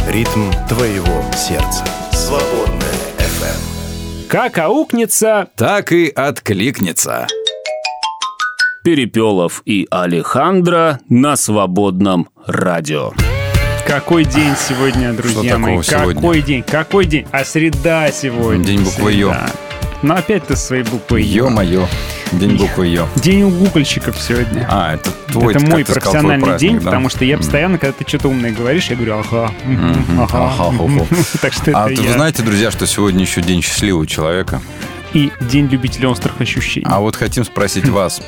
Ритм твоего сердца. Свободная FM. Как аукнется, так и откликнется. Перепелов и Алехандро на Свободном радио. Какой день сегодня, друзья мои? Какой день? Какой день? А среда сегодня. День буквы Ё. Ну опять ты своей буквой Ё. Ё-моё. День буквы Ё. День угольщиков сегодня. Это твой, это мой профессиональный праздник, день, да? Потому что я постоянно, когда ты что-то умное говоришь, я говорю, ага. Так что это вы знаете, друзья, что сегодня еще день счастливого человека? И день любителя острых ощущений. А вот хотим спросить вас,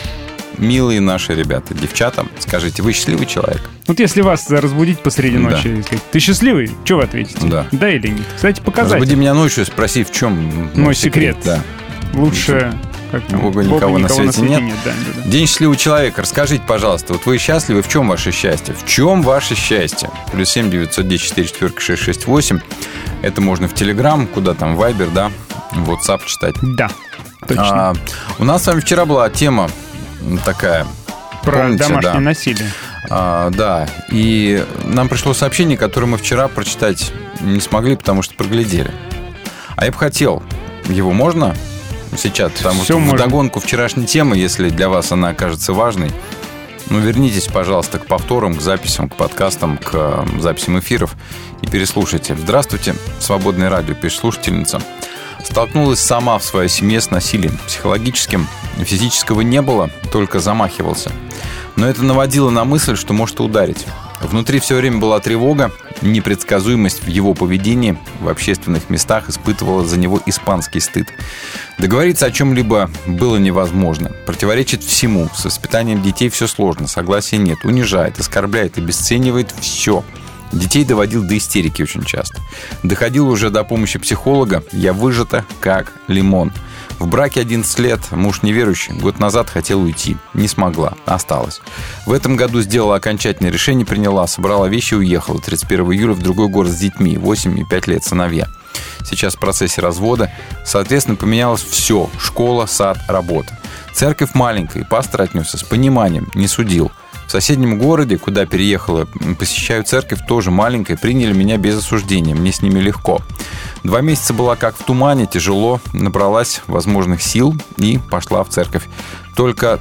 милые наши ребята, девчата, скажите, вы счастливый человек? Вот если вас разбудить посреди ночи и сказать, ты счастливый? Что вы ответите? Да или нет? Кстати, показать. Разбуди меня ночью и спроси, в чем мой секрет. Да. Лучше... Бога никого на свете нет. Да. День счастливого человека. Расскажите, пожалуйста, вот вы счастливы, в чем ваше счастье? В чем ваше счастье? +7 910 44 668. Это можно в Телеграм, куда там, Вайбер, да, в WhatsApp читать. Да, точно. У нас с вами вчера была тема такая. Про помните, домашнее насилие. Да, и нам пришло сообщение, которое мы вчера прочитать не смогли, потому что проглядели. А я бы хотел. Его можно сейчас? Потому что вдогонку вчерашней темы, если для вас она окажется важной, вернитесь, пожалуйста, к повторам, к записям, к подкастам, к записям эфиров и переслушайте. Здравствуйте, Свободное радио, пишет слушательница. Столкнулась сама в своей семье с насилием психологическим. Физического не было, только замахивался. Но это наводило на мысль, что может ударить. Внутри все время была тревога, непредсказуемость в его поведении. В общественных местах испытывала за него испанский стыд. Договориться о чем-либо было невозможно. Противоречит всему. С воспитанием детей все сложно. Согласия нет. Унижает, оскорбляет, обесценивает все. Детей доводил до истерики очень часто. Доходил уже до помощи психолога. Я выжата, как лимон. В браке 11 лет, муж неверующий. Год назад хотел уйти. Не смогла. Осталась. В этом году сделала окончательное решение, приняла, собрала вещи и уехала. 31 июля в другой город с детьми. 8 и 5 лет сыновья. Сейчас в процессе развода. Соответственно, поменялось все. Школа, сад, работа. Церковь маленькая. Пастор отнесся с пониманием. Не судил. В соседнем городе, куда переехала, посещаю церковь, тоже маленькая, приняли меня без осуждения, мне с ними легко. 2 месяца была как в тумане, тяжело, набралась возможных сил и пошла в церковь. Только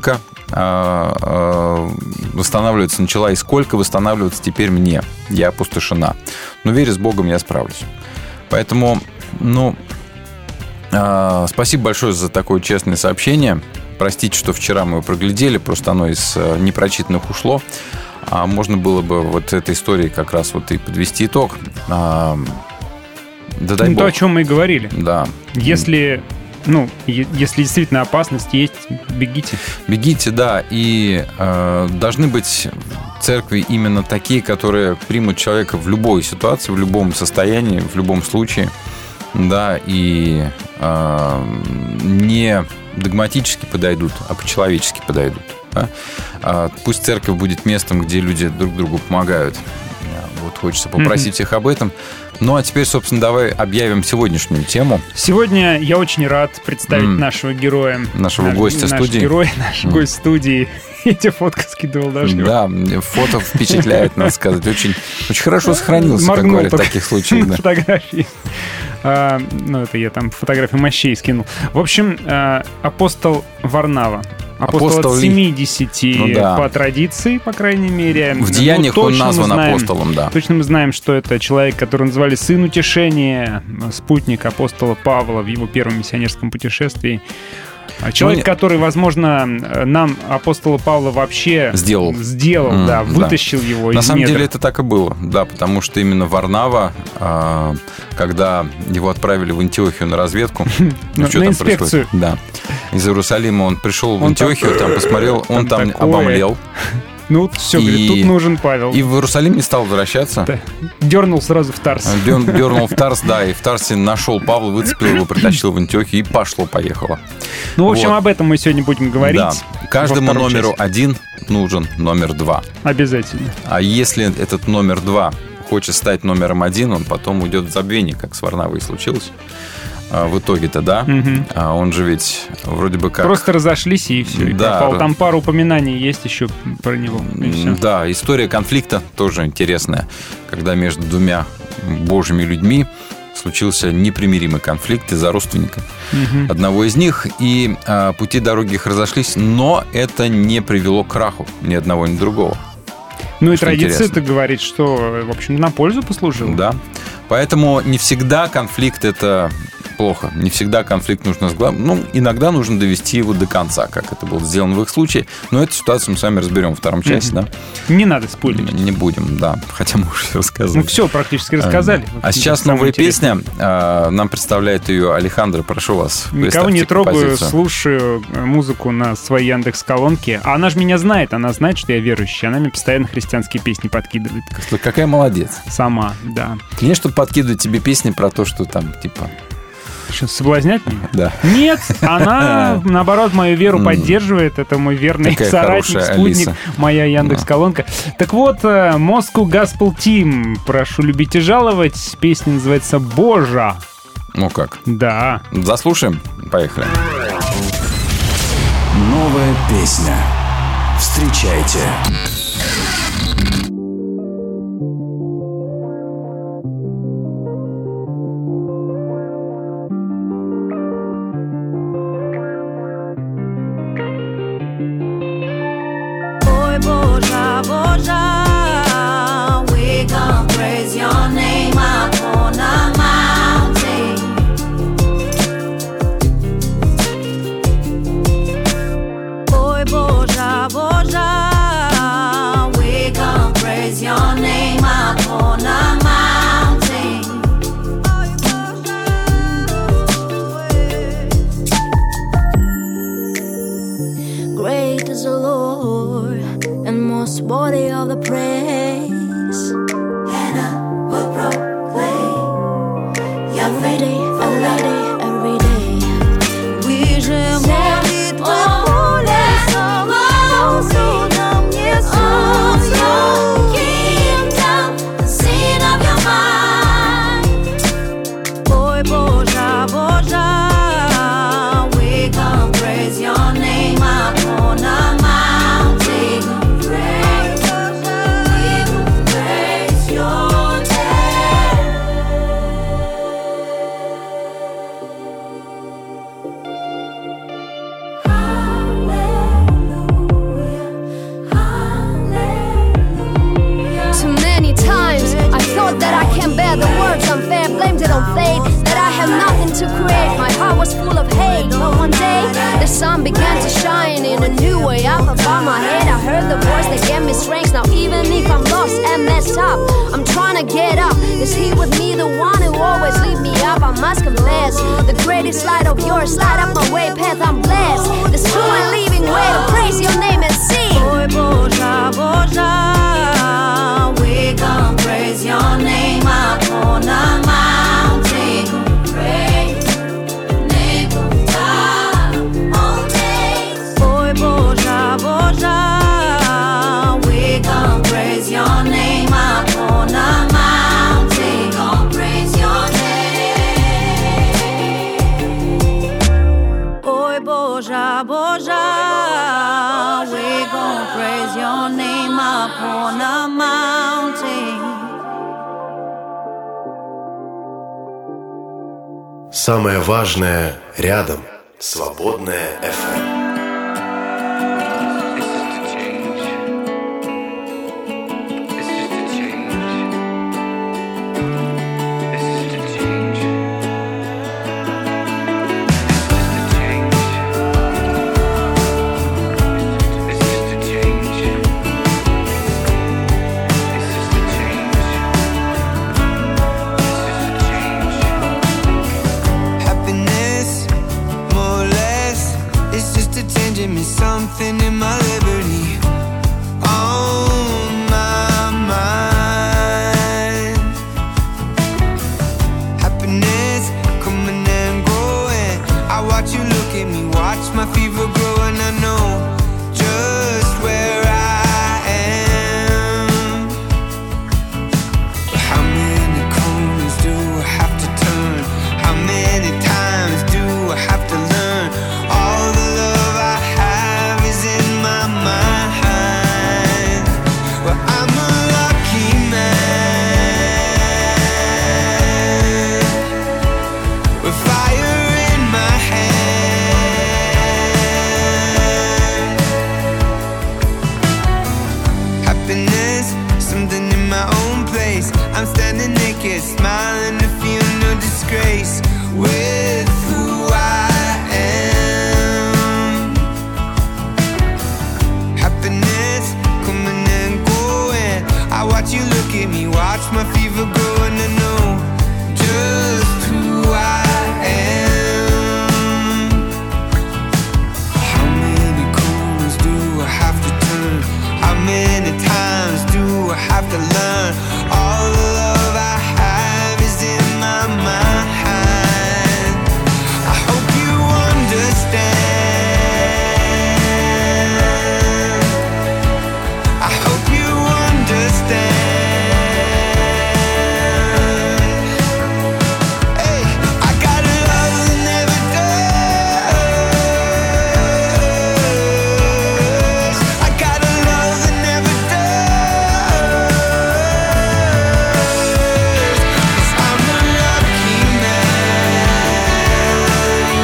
восстанавливаться начала, и сколько восстанавливаться теперь мне? Я опустошена. Но верю, с Богом я справлюсь. Поэтому, спасибо большое за такое честное сообщение. Простите, что вчера мы его проглядели, просто оно из непрочитанных ушло. А можно было бы вот этой истории как раз вот и подвести итог. Да дай Бог. То, о чем мы и говорили. Да. Если действительно опасность есть, бегите. Бегите, да. И должны быть в церкви именно такие, которые примут человека в любой ситуации, в любом состоянии, в любом случае. Да, и не догматически подойдут, а по-человечески подойдут. Да? Пусть церковь будет местом, где люди друг другу помогают. Вот хочется попросить всех об этом. Ну, а теперь, собственно, давай объявим сегодняшнюю тему. Сегодня я очень рад представить нашего героя. Нашего гостя студии. Наш гость студии. Я тебе фотку скидывал даже. Да, фото впечатляет, надо сказать. Очень, очень хорошо сохранился, как говорят в таких случаях. Да. Фотографии. Это я там фотографии мощей скинул. В общем, апостол Варнава. Апостол от 70 по традиции, по крайней мере. В деяниях он назван апостолом, да. Точно мы знаем, что это человек, которого называли сын утешения, спутник апостола Павла в его первом миссионерском путешествии. Человек, который, возможно, нам апостола Павла вообще сделал, вытащил его из недр. На самом деле это так и было, да, потому что именно Варнава, когда его отправили в Антиохию на разведку, на инспекцию. Да, из Иерусалима он пришел в Антиохию, там посмотрел, он там обомлел. Ну, все, говорит, тут нужен Павел. И в Иерусалим не стал возвращаться. Да. Дернул сразу в Тарс. Дернул в Тарс, да, и в Тарсе нашел Павла, выцепил его, притащил в Антиохию, и пошло-поехало. Ну, в общем, об этом мы сегодня будем говорить. Да. Каждому номеру 1 нужен номер 2. Обязательно. А если этот номер 2 хочет стать номером 1, он потом уйдет в забвение, как с Варнавой и случилось. в итоге-то, да? Он же ведь вроде бы как... Просто разошлись и все, и пропал. Там пару упоминаний есть еще про него. Да, история конфликта тоже интересная, когда между двумя божьими людьми случился непримиримый конфликт из-за родственника одного из них, и пути дороги их разошлись, но это не привело к краху ни одного, ни другого. Ну и традиция-то говорит, что, в общем, на пользу послужила. Да, поэтому не всегда конфликт – это плохо. Не всегда конфликт нужно сгладить. Ну, иногда нужно довести его до конца, как это было сделано в их случае. Но эту ситуацию мы с вами разберем во втором части, да? Не надо спойлерить. Не будем, да. Хотя мы уже все рассказали. Ну, все практически рассказали. А сейчас новая песня. Нам представляет ее Алехандро. Прошу вас. Никого не трогаю, слушаю музыку на своей Яндекс.Колонке. А она же меня знает. Она знает, что я верующий. Она мне постоянно христианские песни подкидывает. Какая молодец. Сама, да. Не, чтобы подкидывать тебе песни про то, что там, типа... Сейчас соблазнять меня? Да. Нет, она, наоборот, мою веру поддерживает. Это мой верный соратник, спутник, моя Яндекс.Колонка. Так вот, Moscow Gospel Team. Прошу любить и жаловать. Песня называется «Божа». Ну как? Да. Заслушаем? Поехали. Новая песня. Встречайте. Worthy of the praise, and I will proclaim every day, every day, every day. We же молитвы полезом, нам несут your kingdom, sin of your mind. Ой, Божа, Божа, we gon' praise your name upon the mountain. That I can't bear the words unfair, blamed it on fate, that I have nothing to create, my heart was full of hate. But one day, the sun began to shine in a new way. Up above my head, I heard the voice that gave me strength. Now even if I'm lost and messed up, I'm trying to get up. Is he with me, the one who always lead me up? I must confess, the greatest light of yours, light up my way, path I'm blessed. This true and living way to praise your name and sing. Ой, Божа, Божа, we gon' praise your name upon the mountain. Praise name of God all days. Ой, Божа, Божа, we gon' praise your name upon the mountain. Gon' praise your name. Ой, Божа, Божа, we gon' praise your name upon the mountain. Самое важное рядом. Свободная FM. Happiness, more or less, it's just a disgrace with who I am. Happiness coming and going. I watch you look at me, watch my fever growing to know just who I am. How many corners do I have to turn? How many times do I have to learn? All the love I have is in my mind. I hope you understand. I hope you understand. Hey, I got a love that never does. I got a love that never does. 'Cause I'm a lucky man,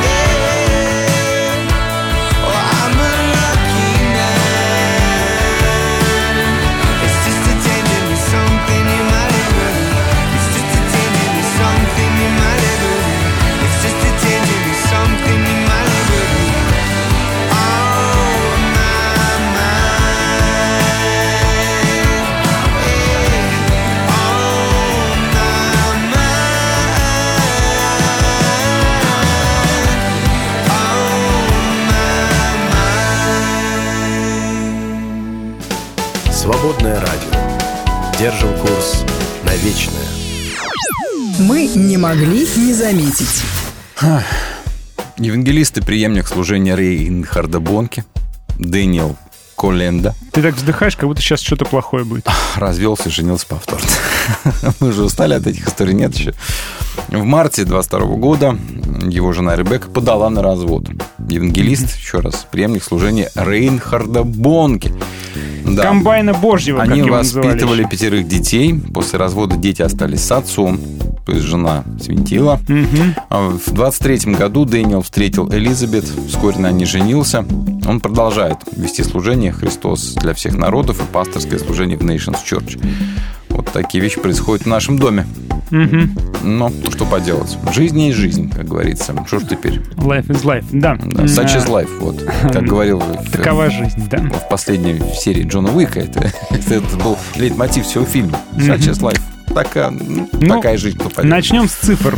yeah. Oh, I'm a lucky man. It's just a tender me something in my liberty. It's just a tender me something in my liberty. It's just a tender me something in my liberty. Oh, my mind. Yeah. Oh, my mind. Свободное радио. Держим курс на вечное. Мы не могли не заметить. Евангелист и преемник служения Рейнхарда Бонке, Дэниел Коленда, Ты так вздыхаешь, как будто сейчас что-то плохое будет. развелся и женился повторно. Мы уже устали от этих историй, нет еще. В марте 22 года его жена Ребекка подала на развод. Евангелист, еще раз, преемник служения Рейнхарда Бонке. Да. Комбайна Божьего, как Они его называли воспитывали еще. 5 детей. После развода дети остались с отцом. То есть жена свинтила. А в 23 году Дэниел встретил Элизабет. Вскоре на ней женился. Он продолжает вести служение «Христос для всех народов» и пасторское служение в Nations Church. Вот такие вещи происходят в нашем доме. Но что поделать? Жизнь есть жизнь, как говорится. Что ж теперь? Life is life, да. Да, such is life, вот. Как говорил Такова жизнь, да. в последней серии Джона Уика. Это был лейтмотив всего фильма. Such is life. Такая жизнь, кто поделает. Начнем с цифр.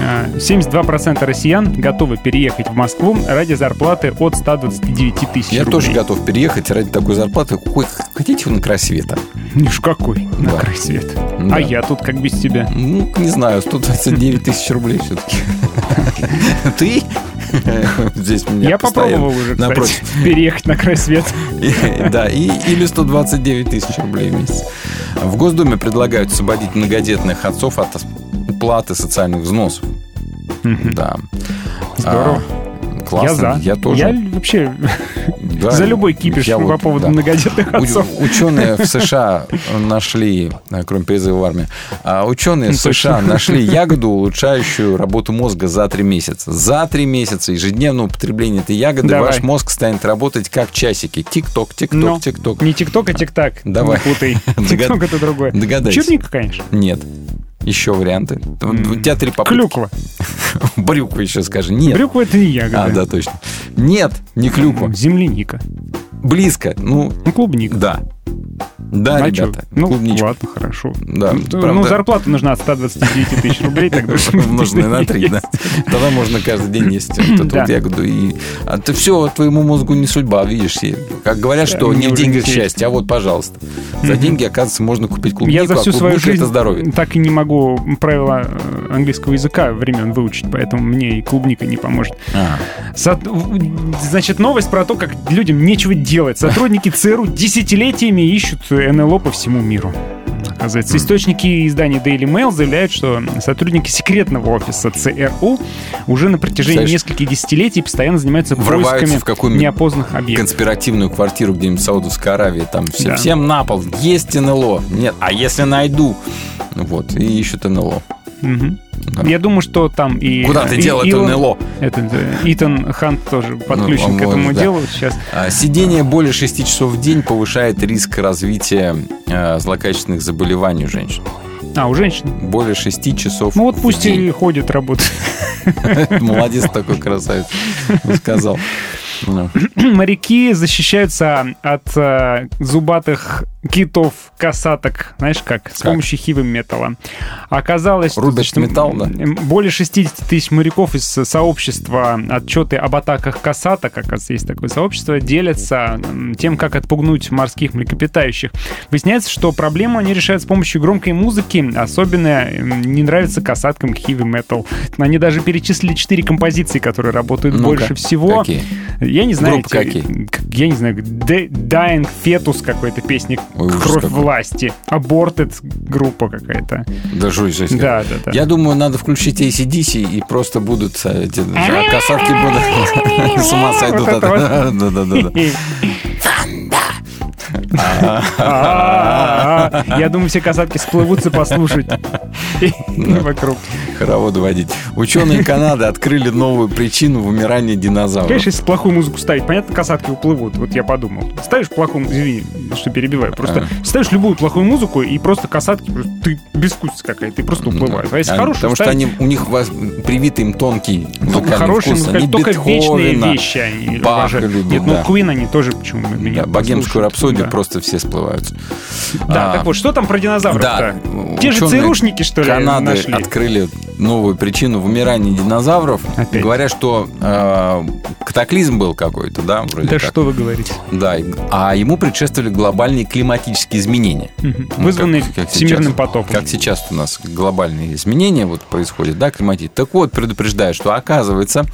72% россиян готовы переехать в Москву ради зарплаты от 129 тысяч Я рублей. тоже готов переехать ради такой зарплаты. Хотите вы на край света? Уж какой на Да. край света. Да. А я тут как без тебя. Ну, не знаю, 129 тысяч рублей все-таки. Ты? Здесь меня Я попробовал уже, кстати, напротив. переехать на край света. Да, или 129 тысяч рублей в месяц. В Госдуме предлагают освободить многодетных отцов от уплаты социальных взносов. Да. Здорово. Классно. Я за. тоже. Я вообще Да, за любой кипиш я по вот, поводу да. многодетных отцов. Ученые в США нашли, кроме призыва в армию, ученые в США нашли ягоду, улучшающую работу мозга за 3 месяца. За 3 месяца ежедневного употребления этой ягоды Давай. ваш мозг станет работать как часики. Тик-ток, тик-ток, Но тик-ток. не тик-ток, а тик-так. Давай. Не путай. Тик-ток — это другое. Догадайся. Черника, конечно. Нет. Еще варианты. У тебя 3 попытки. Клюква. Брюква еще скажи. Нет. Брюква — это не ягода. Да, точно. Нет, не клюква. Земляника. Близко. Ну, Клубника. да. Да, А ребята. чё? Ну, клубничку. ладно, хорошо. Да, Ну, правда. зарплата нужна от 129 тысяч рублей, тогда Умноженное на 3, да. Тогда можно каждый день есть вот эту Да. вот ягоду. А ты все, твоему мозгу не судьба, видишь. Как говорят, что Мне не в уже деньгах интересно. счастье, а вот, пожалуйста. За деньги, оказывается, можно купить клубнику, Я за всю а свою клубника — жизнь это здоровье. так и не могу правила английского языка времен выучить, поэтому мне и клубника не поможет. Значит, новость про то, как людям нечего делать. Сотрудники ЦРУ десятилетиями ищут НЛО по всему миру. Оказывается, источники издания Daily Mail заявляют, что сотрудники секретного офиса ЦРУ уже на протяжении Знаешь, нескольких десятилетий постоянно занимаются врываются поисками в какую-нибудь неопознанных объектов. конспиративную квартиру где-нибудь в Саудовской Аравии, там Да. всем на пол, есть НЛО. Нет, а если найду? Вот, и ищут НЛО. Мгм. Да. Я думаю, что там и... Куда ты и дел это Илон- НЛО? Итан Хант тоже подключен Ну, к этому да. делу сейчас. Сидение более 6 часов в день повышает риск развития злокачественных заболеваний у женщин. У женщин? Более 6 часов. Ну вот пусть и ходит, работает. Молодец такой красавец, сказал. Моряки защищаются от зубатых китов, касаток, знаешь как? С помощью хиви-металла. Оказалось, что металл, да? Более 60 тысяч моряков из сообщества «Отчеты об атаках касаток», оказывается, есть такое сообщество, делятся тем, как отпугнуть морских млекопитающих. Выясняется, что проблему они решают с помощью громкой музыки. Особенно не нравится касаткам хиви-метал. Они даже перечислили 4 композиции, которые работают больше всего. Какие? Я не знаю. Группы какие? Я не знаю. Dying Fetus какой-то песни. Кровь власти. Aborted группа какая-то. Да жуть. Да. Я думаю, надо включить AC/DC и просто будут эти касатки будут с ума сойдут. Да. Я думаю, все касатки сплывутся послушать вокруг. Хороводы водить. Ученые Канады открыли новую причину вымирания динозавров. Конечно, если плохую музыку ставить, понятно, касатки уплывут. Вот я подумал. Ставишь плохую... Извини, что перебиваю. Просто ставишь любую плохую музыку, и просто касатки... Ты безвкусица какая-то, и просто уплывают. А если хорошую потому ставить... что у них привиты им тонкий музыкальный вкус. Они только вечные вещи они любят. Нет, ну Queen они тоже почему меня богемскую рапсодию просто все сплываются. Да, так вот, что там про динозавров-то? Те же ЦРУшники, что ли, Канады нашли? Открыли новую причину вымирания динозавров. Опять? Говорят, что катаклизм был какой-то, да? Вроде да как. Что вы говорите? Да, а ему предшествовали глобальные климатические изменения. Вызванные всемирным потопом. Как сейчас у нас глобальные изменения вот происходят, да, климатические. Так вот, предупреждают, что оказывается...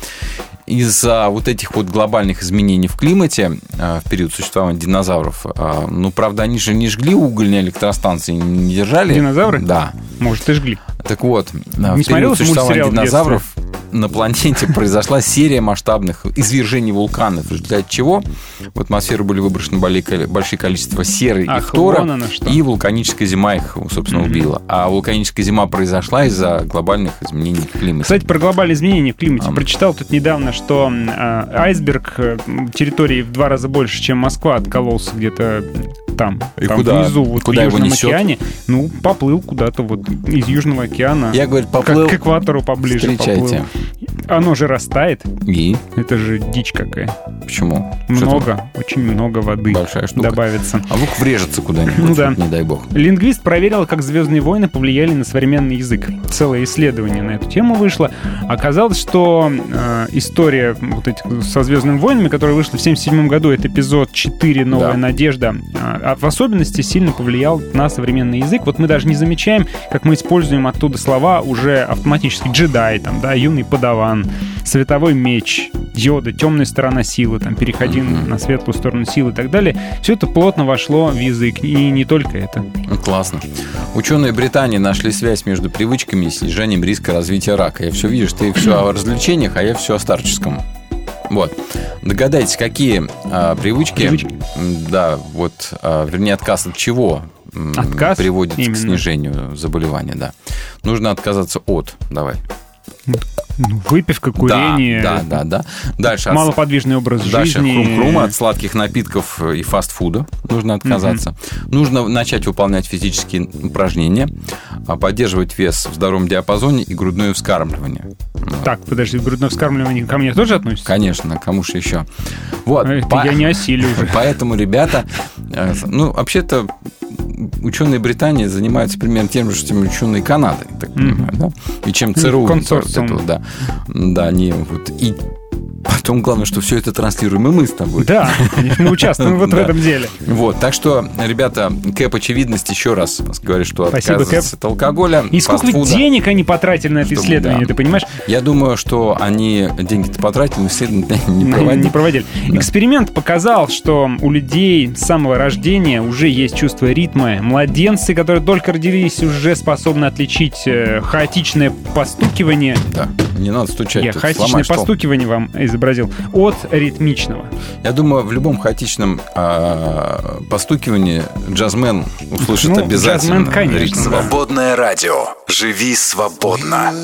Из-за вот этих вот глобальных изменений в климате в период существования динозавров, правда, они же не жгли угольные электростанции, не держали. Динозавры? Да. Может, и жгли. Так вот, в период существования динозавров на планете произошла серия масштабных извержений вулканов, в результате чего в атмосферу были выброшены большие количества серы и фтора, и вулканическая зима их, собственно, убила. А вулканическая зима произошла из-за глобальных изменений в климате. Кстати, про глобальные изменения в климате. Прочитал тут недавно, что айсберг территории в 2 раза больше, чем Москва, откололся где-то там куда? Внизу, вот куда в Южном его несет? Океане. Поплыл куда-то вот из Южного океана. Я говорю, поплыл. К экватору поближе. Встречайте. Поплыл. Оно же растает. И? Это же дичь какая. Почему? Очень много воды. Большая штука. Добавится. А вдруг врежется куда-нибудь, не дай бог. Лингвист проверил, как «Звездные войны» повлияли на современный язык. Целое исследование на эту тему вышло. Оказалось, что история вот этих со «Звездными войнами», которая вышла в 1977 году, это эпизод 4 «Новая надежда», в особенности сильно повлиял на современный язык. Вот мы даже не замечаем, как мы используем оттуда слова уже автоматически. Джедай, юный подаван, световой меч, Йода, темная сторона силы, переходи на светлую сторону силы и так далее. Все это плотно вошло в язык, и не только это. Классно. Ученые Британии нашли связь между привычками и снижением риска развития рака. Я все видишь, ты все о развлечениях, а я все о старческом. Вот. Догадайтесь, какие привычки? Да, вот, вернее, отказ от чего приводит к снижению заболевания, да. Нужно отказаться от. Давай. Выпивка, курение. Да. Дальше малоподвижный образ жизни. Дальше хрум-хрума, от сладких напитков и фастфуда нужно отказаться. Нужно начать выполнять физические упражнения, поддерживать вес в здоровом диапазоне и грудное вскармливание. Так, подожди, грудное вскармливание ко мне тоже относится? Конечно, кому же еще. Вот. Я не осилю уже. Поэтому, ребята, вообще-то ученые Британии занимаются примерно тем же, чем ученые Канады, так понимаю, да? И чем ЦРУ. Консорциум. Да, они вот и потом главное, что все это транслируем и мы с тобой. Да, мы участвуем в этом деле. Вот, так что, ребята, Кэп очевидность еще раз говорит, что отказываться от алкоголя, и сколько денег они потратили на это исследование, ты понимаешь? Я думаю, что они деньги-то потратили, но исследование не проводили. Эксперимент показал, что у людей с самого рождения уже есть чувство ритма. Младенцы, которые только родились, уже способны отличить хаотичное постукивание. Да, не надо стучать. Я хаотичное постукивание вам изобразил от ритмичного. Я думаю, в любом хаотичном постукивании джазмен услышит обязательно. Джазмен, конечно. Свободное радио. Живи свободно.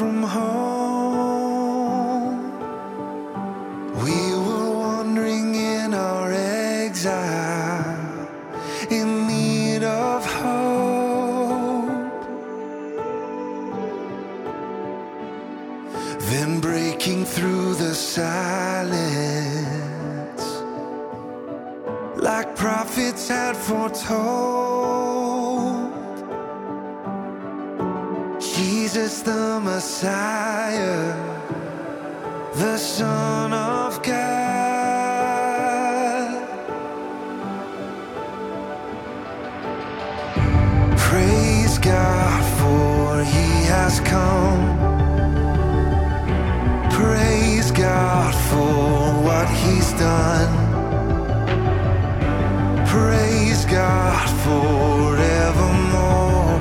We were wandering in like prophets had foretold. Jesus the Messiah, the Son of God. Praise God, for He has come. Praise God for what He's done. Praise God forevermore.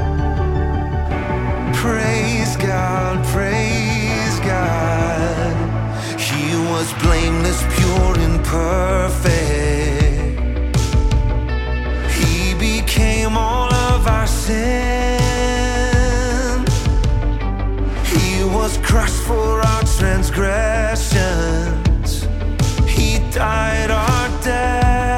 Praise God, praise God. He was blameless, pure and perfect. He became all of our sin. He was crushed for our transgressions. He died our death.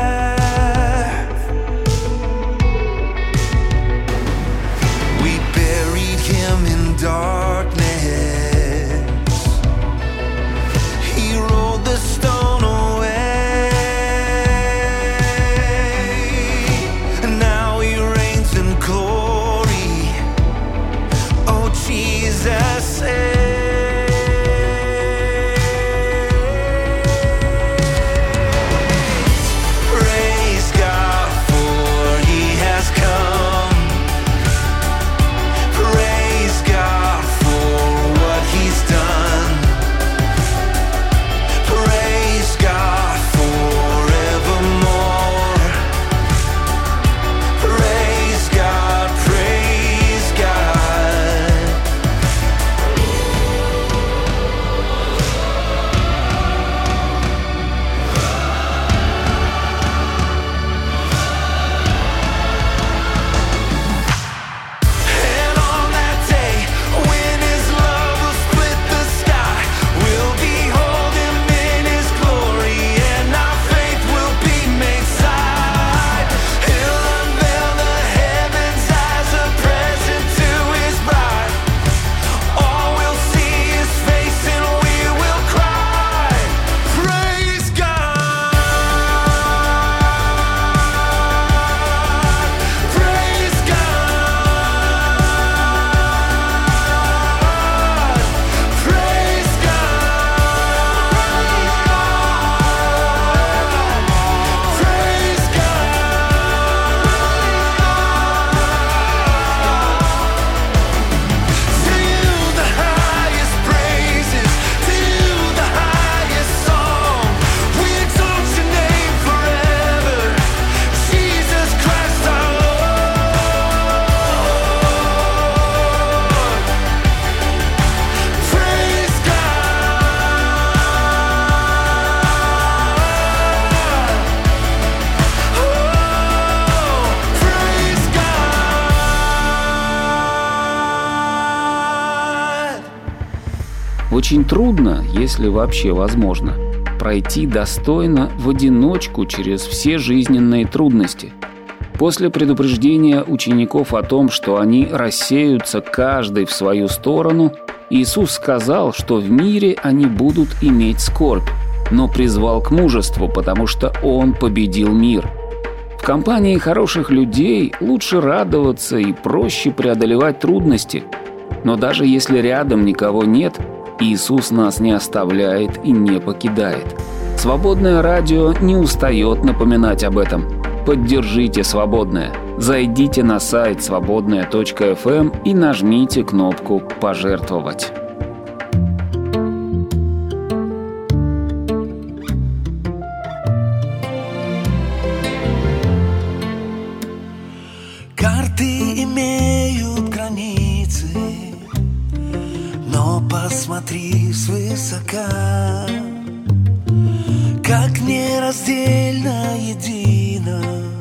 We buried Him in darkness. He rolled the stone away. And now He reigns in glory. Oh, Jesus, praise God, for He has come. Praise God for what He's done. Praise God forevermore. Praise God, praise God. And on that day, when His love will split the sky, we'll behold Him in His glory, and our faith will be made sight. He'll unveil the heavens as a present to His bride. All will see His face, and we will cry, praise God. Praise God. Praise God. Praise God. To You the highest praises, to You the highest song. We exalt Your name forever, Jesus Christ our Lord. Praise God. Oh, praise God. Очень трудно, если вообще возможно, пройти достойно в одиночку через все жизненные трудности. После предупреждения учеников о том, что они рассеются каждый в свою сторону, Иисус сказал, что в мире они будут иметь скорбь, но призвал к мужеству, потому что Он победил мир. В компании хороших людей лучше радоваться и проще преодолевать трудности. Но даже если рядом никого нет, Иисус нас не оставляет и не покидает. Свободное радио не устает напоминать об этом. Поддержите Свободное. Зайдите на сайт свободное.фм и нажмите кнопку «Пожертвовать». Карты имеют границы, но посмотри свысока, как нераздельно едино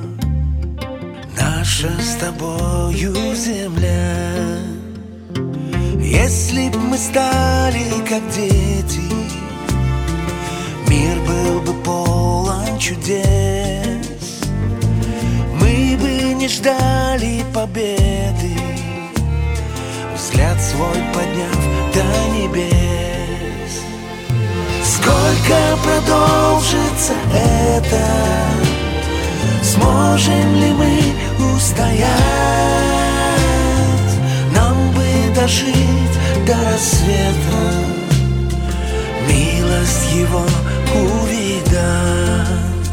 наша с тобою земля. Если б мы стали как дети, мир был бы полон чудес. Мы бы не ждали победы, взгляд свой подняв до небес. Сколько продолжится это, устоять, нам бы дожить до рассвета, милость Его увидать.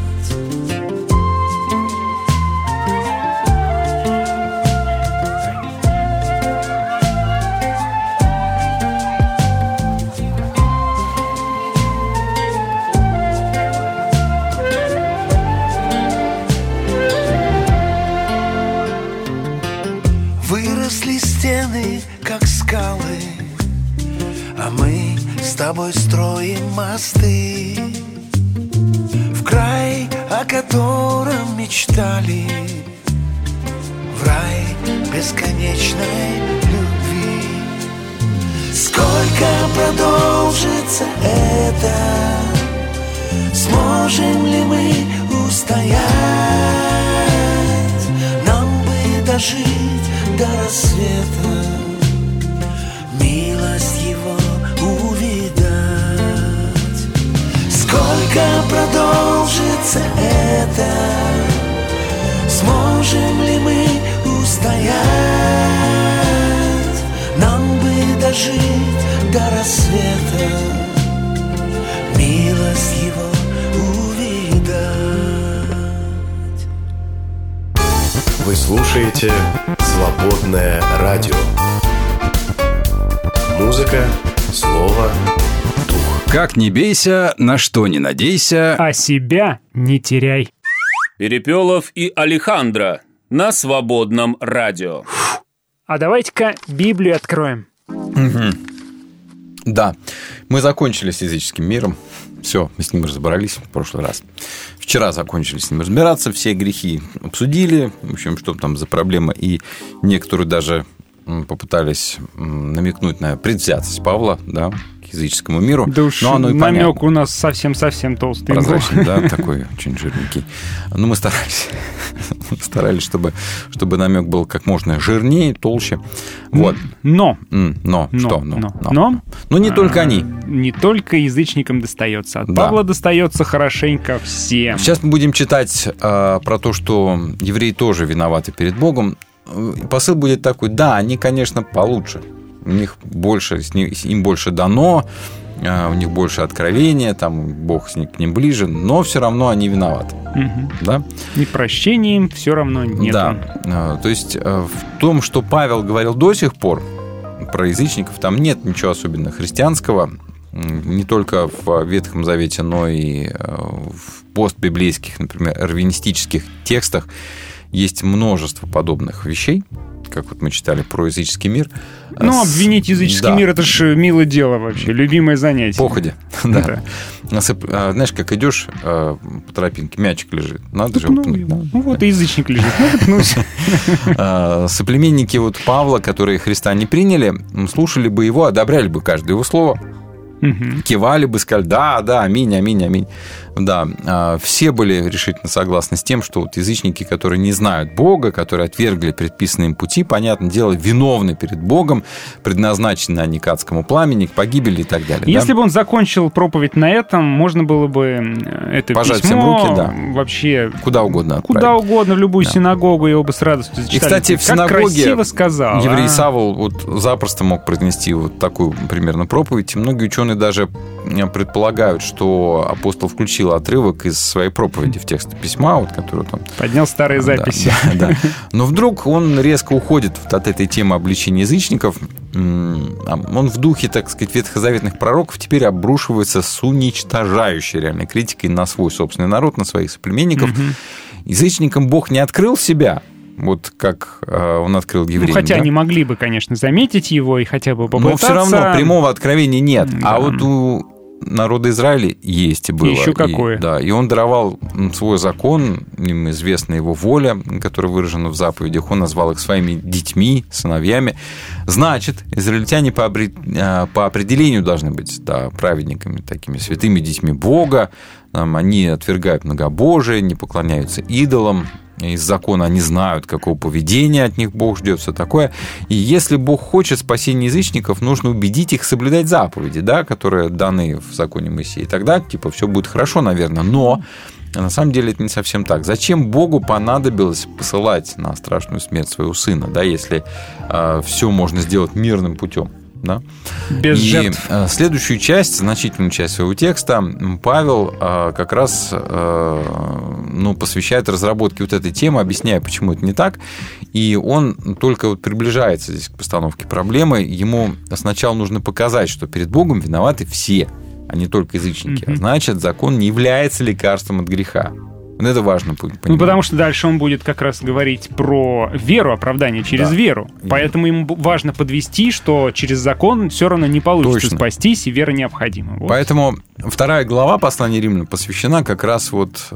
Выросли стены, как скалы, а мы с тобой строим мосты в край, о котором мечтали, в рай бесконечной любви. Сколько продолжится это? Сможем ли мы устоять? Нам бы дожить до рассвета, милость Его увидать. Сколько продолжится это? Сможем ли мы устоять? Нам бы дожить до рассвета, милость Его увидать. Вы слушаете «Свободное радио». Музыка, слово, дух. Как не бейся, на что не надейся, а себя не теряй. Перепелов и Алехандро на Свободном радио. А давайте-ка Библию откроем. Да, мы закончили с языческим миром. Все, мы с ним разобрались в прошлый раз. Вчера закончили с ним разбираться, все грехи обсудили, в общем, что там за проблема. И некоторые даже попытались намекнуть на предвзятость Павла, да, к языческому миру. Да уж намек у нас совсем-совсем толстый. Прозрачный, да, такой очень жирненький. Но мы старались, чтобы намек был как можно жирнее, толще. Вот. Но не только они. Не только язычникам достается. От Павла достается хорошенько всем. Сейчас мы будем читать про то, что евреи тоже виноваты перед Богом. Посыл будет такой: да, они, конечно, получше. У них больше, им больше дано, у них больше откровения, там Бог к ним ближе, но все равно они виноваты. Угу. Да? И прощения им все равно нет. Да. То есть в том, что Павел говорил до сих пор про язычников, там нет ничего особенно христианского, не только в Ветхом Завете, но и в постбиблейских, например, раввинистических текстах есть множество подобных вещей, как вот мы читали про языческий мир. Ну, обвинить языческий мир — это ж милое дело вообще, любимое занятие. Походе, да. Знаешь, как идешь по тропинке, мячик лежит, надо же упнуть. Ну вот и язычник лежит, надо пнуть. Соплеменники вот Павла, которые Христа не приняли, слушали бы его, одобряли бы каждое его слово, кивали бы, сказали: да, аминь, аминь, аминь. Да, все были решительно согласны с тем, что вот язычники, которые не знают Бога, которые отвергли предписанные им пути, понятное дело, виновны перед Богом, предназначены они к адскому пламени, к погибели и так далее. Если бы он закончил проповедь на этом, можно было бы это пожать письмо всем руки, да. Вообще куда угодно отправить. Куда угодно, в любую синагогу, его бы с радостью зачитали. И, кстати, в синагоге красиво сказал, еврей Савл вот запросто мог произнести вот такую примерно проповедь. И многие ученые даже предполагают, что апостол включил отрывок из своей проповеди в текст письма, вот, который там... Поднял старые записи. Да. Но вдруг он резко уходит от этой темы обличения язычников. Он в духе, так сказать, ветхозаветных пророков теперь обрушивается с уничтожающей реальной критикой на свой собственный народ, на своих соплеменников. Язычникам Бог не открыл себя, вот как он открыл евреям. Хотя они могли бы, конечно, заметить его и хотя бы попытаться. Но все равно прямого откровения нет. Да. А вот у народа Израиля есть и было. Еще какое. И он даровал свой закон, им известна его воля, которая выражена в заповедях. Он назвал их своими детьми, сыновьями. Значит, израильтяне по определению должны быть праведниками, такими святыми детьми Бога. Они отвергают многобожие, не поклоняются идолам. Из закона они знают, какого поведения от них Бог ждет, все такое. И если Бог хочет спасения язычников, нужно убедить их соблюдать заповеди, да, которые даны в законе Моисея. И тогда, все будет хорошо, наверное. Но А на самом деле это не совсем так. Зачем Богу понадобилось посылать на страшную смерть своего сына, да, если все можно сделать мирным путем? Да? Без жертв. Следующую часть, значительную часть своего текста Павел как раз посвящает разработке вот этой темы, объясняя, почему это не так. И он только вот приближается здесь к постановке проблемы. Ему сначала нужно показать, что перед Богом виноваты все, а не только язычники. А значит, закон не является лекарством от греха. Это важно понимать. Потому что дальше он будет как раз говорить про веру, оправдание через веру. Поэтому ему важно подвести, что через закон все равно не получится спастись, и вера необходима. Вот. Поэтому 2 глава послания Римлянам посвящена как раз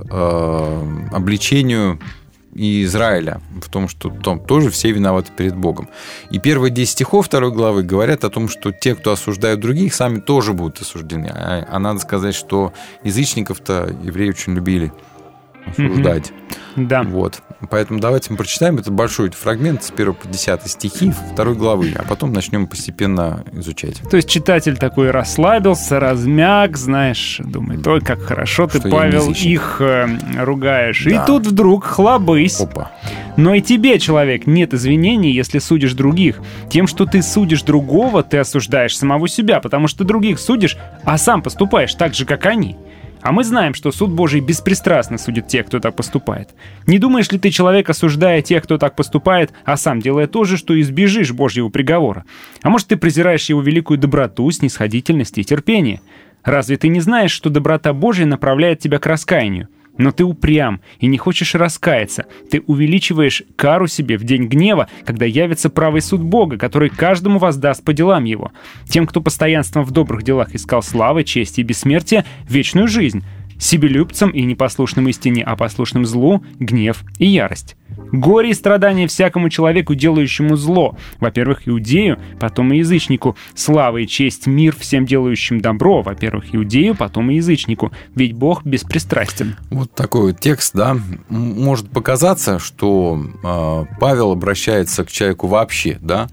обличению Израиля в том, что там тоже все виноваты перед Богом. И первые 10 стихов 2 главы говорят о том, что те, кто осуждают других, сами тоже будут осуждены. А надо сказать, что язычников-то евреи очень любили осуждать. Да. Вот. Поэтому давайте мы прочитаем этот большой фрагмент с 1 по 10 стихи 2 главы, а потом начнем постепенно изучать. То есть читатель такой расслабился, размяк, знаешь, думает, ой, как хорошо ты, что Павел, их ругаешь. Да. И тут вдруг хлобысь. Опа. Но и тебе, человек, нет извинений, если судишь других. Тем, что ты судишь другого, ты осуждаешь самого себя, потому что других судишь, а сам поступаешь так же, как они. А мы знаем, что суд Божий беспристрастно судит тех, кто так поступает. Не думаешь ли ты, человек, осуждая тех, кто так поступает, а сам делая то же, что избежишь Божьего приговора? А может, ты презираешь его великую доброту, снисходительность и терпение? Разве ты не знаешь, что доброта Божия направляет тебя к раскаянию? Но ты упрям и не хочешь раскаяться. Ты увеличиваешь кару себе в день гнева, когда явится правый суд Бога, который каждому воздаст по делам его. Тем, кто постоянством в добрых делах искал славы, чести и бессмертия, вечную жизнь. Себелюбцам и непослушным истине, а послушным злу, гнев и ярость. Горе и страдания всякому человеку, делающему зло. Во-первых, иудею, потом и язычнику. Слава и честь, мир всем делающим добро. Во-первых, иудею, потом и язычнику. Ведь Бог беспристрастен. Вот такой вот текст, да. Может показаться, что Павел обращается к человеку вообще, да,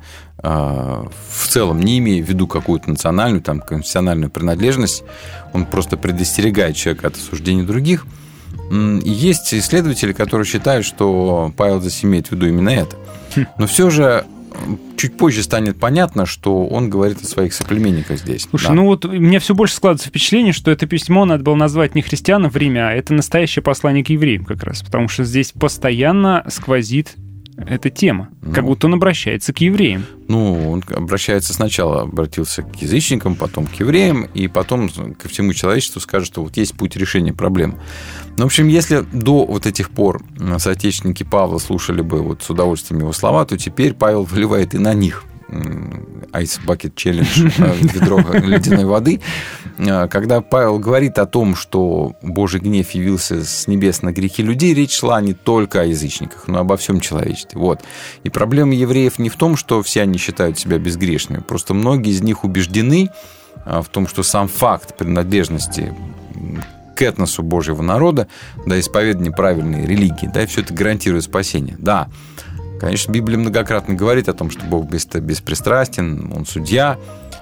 в целом, не имея в виду какую-то национальную, там, конфессиональную принадлежность. Он просто предостерегает человека от осуждения других. И есть исследователи, которые считают, что Павел здесь имеет в виду именно это. Но все же чуть позже станет понятно, что он говорит о своих соплеменниках здесь. Слушай, да. У меня все больше складывается впечатление, что это письмо надо было назвать не христианам в Риме, а это настоящее послание к евреям как раз, потому что здесь постоянно сквозит эта тема, как будто он обращается к евреям. Он обратился к язычникам, потом к евреям, и потом ко всему человечеству скажет, что вот есть путь решения проблем. В общем, если до вот этих пор соотечественники Павла слушали бы с удовольствием его слова, то теперь Павел выливает и на них Ice Bucket Challenge, ведро ледяной воды. Когда Павел говорит о том, что Божий гнев явился с небес на грехи людей, речь шла не только о язычниках, но и обо всем человечестве. Вот. И проблема евреев не в том, что все они считают себя безгрешными. Просто многие из них убеждены в том, что сам факт принадлежности к этносу Божьего народа, да, исповедание правильной религии, да, и все это гарантирует спасение. Да, конечно, Библия многократно говорит о том, что Бог беспристрастен, Он судья.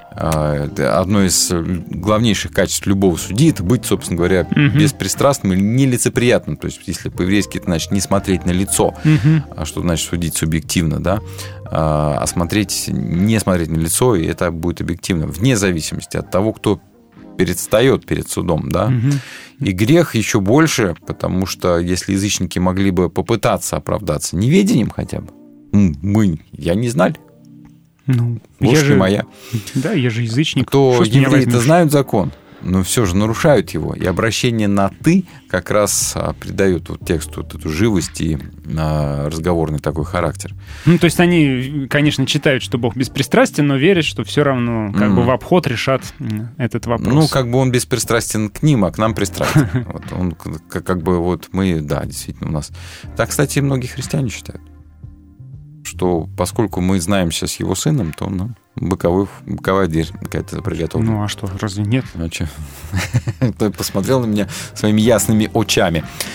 Одно из главнейших качеств любого судьи – это быть, собственно говоря, беспристрастным или нелицеприятным. То есть, если по-еврейски это значит не смотреть на лицо, а что значит судить субъективно, да? А не смотреть на лицо, и это будет объективно, вне зависимости от того, кто предстает перед судом, да? И грех еще больше, потому что если язычники могли бы попытаться оправдаться неведением хотя бы, я не знали. Ложь не моя. Да, я же язычник. То евреи-то знают закон, но все же нарушают его. И обращение на «ты» как раз придает тексту эту живость и разговорный такой характер. То есть они, конечно, читают, что Бог беспристрастен, но верят, что все равно в обход решат этот вопрос. Он беспристрастен к ним, а к нам пристрастен. Он мы, да, действительно у нас. Так, кстати, многие христиане считают, что поскольку мы знаемся с его сыном, то нам боковая дверь какая-то приготовлена. А что, разве нет? Кто посмотрел на меня своими ясными очами.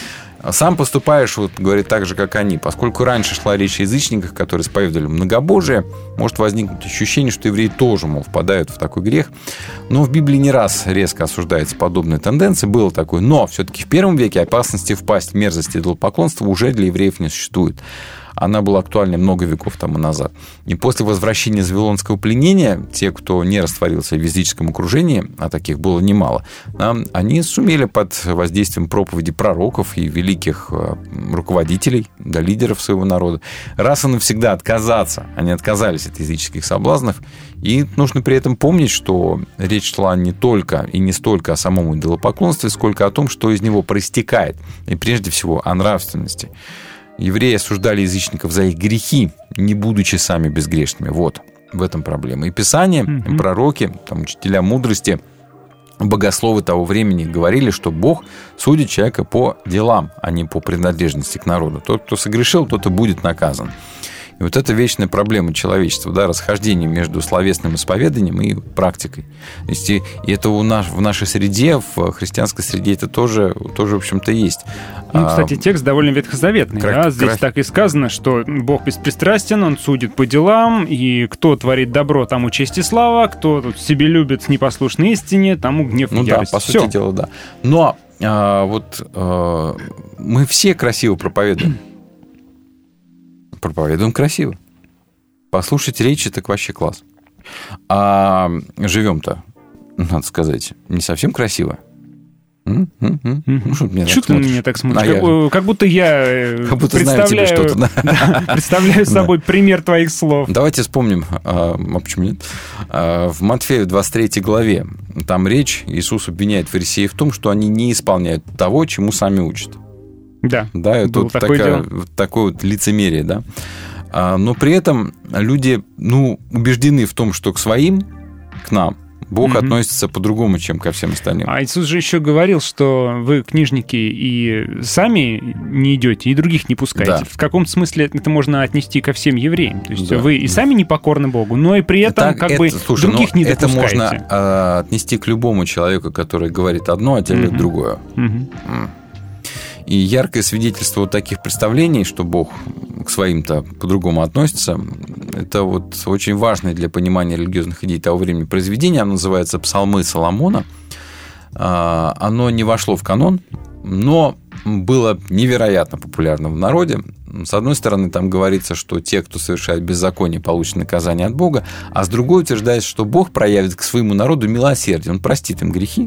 Сам поступаешь, вот, говорит, так же, как они. Поскольку раньше шла речь о язычниках, которые исповедовали многобожие, может возникнуть ощущение, что евреи тоже, мол, впадают в такой грех. Но в Библии не раз резко осуждается подобная тенденция. Было такое. Но все-таки в первом веке опасности впасть в мерзость идолопоклонства уже для евреев не существует. Она была актуальна много веков тому назад. И после возвращения из вавилонского пленения, те, кто не растворился в языческом окружении, а таких было немало, они сумели под воздействием проповеди пророков и великих руководителей, да, лидеров своего народа, раз и навсегда отказаться. Они отказались от языческих соблазнов. И нужно при этом помнить, что речь шла не только и не столько о самом идолопоклонстве, сколько о том, что из него проистекает. И прежде всего о нравственности. Евреи осуждали язычников за их грехи, не будучи сами безгрешными. Вот в этом проблема. И Писание, и пророки, там, учителя мудрости, богословы того времени говорили, что Бог судит человека по делам, а не по принадлежности к народу. Тот, кто согрешил, тот и будет наказан. И вот это вечная проблема человечества, да, расхождение между словесным исповеданием и практикой. То есть, и это в нашей среде, в христианской среде это тоже в общем-то, есть. Ну, кстати, текст довольно ветхозаветный. Да? Здесь так и сказано, что Бог беспристрастен, Он судит по делам, и кто творит добро, тому честь и слава, кто тут себе любит непослушной истине, тому гнев и ярость. Да, по сути дела, да. Но мы все красиво проповедуем. Проповедуем красиво. Послушать речи, так вообще класс. А живем-то, надо сказать, не совсем красиво. Что ты на меня так смотришь? Как будто я представляю собой пример твоих слов. Давайте вспомним, почему нет? В Матфею 23 главе там речь, Иисус обвиняет фарисеев в том, что они не исполняют того, чему сами учат. Да, это вот такое вот лицемерие, да. Но при этом люди, убеждены в том, что к своим, к нам, Бог относится по-другому, чем ко всем остальным. А Иисус же еще говорил, что вы, книжники, и сами не идете, и других не пускаете. Да. В каком смысле это можно отнести ко всем евреям? То есть вы и сами не покорны Богу, но и при этом других не допускаете. Это можно отнести к любому человеку, который говорит одно, а делает другое. И яркое свидетельство вот таких представлений, что Бог к своим-то по-другому относится, это вот очень важное для понимания религиозных идей того времени произведение. Оно называется «Псалмы Соломона». Оно не вошло в канон, но было невероятно популярно в народе. С одной стороны, там говорится, что те, кто совершает беззаконие, получат наказание от Бога, а с другой утверждается, что Бог проявит к своему народу милосердие, Он простит им грехи.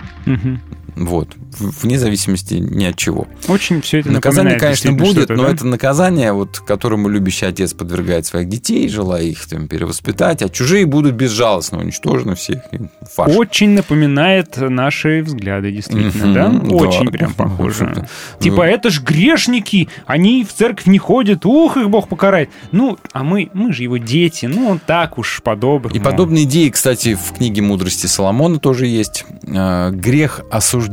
Вот, вне зависимости ни от чего. Очень все это наказание, конечно, будет, но да? это наказание, вот, которому любящий отец подвергает своих детей, желая их там перевоспитать, а чужие будут безжалостно уничтожены все. Фарш. Очень напоминает наши взгляды, действительно, да? Очень прям похоже. Типа, это ж грешники, они в церковь не ходят, их Бог покарает. А мы же его дети, он так уж по-доброму. И подобные идеи, кстати, в книге «Мудрости Соломона» тоже есть. Грех осуждения,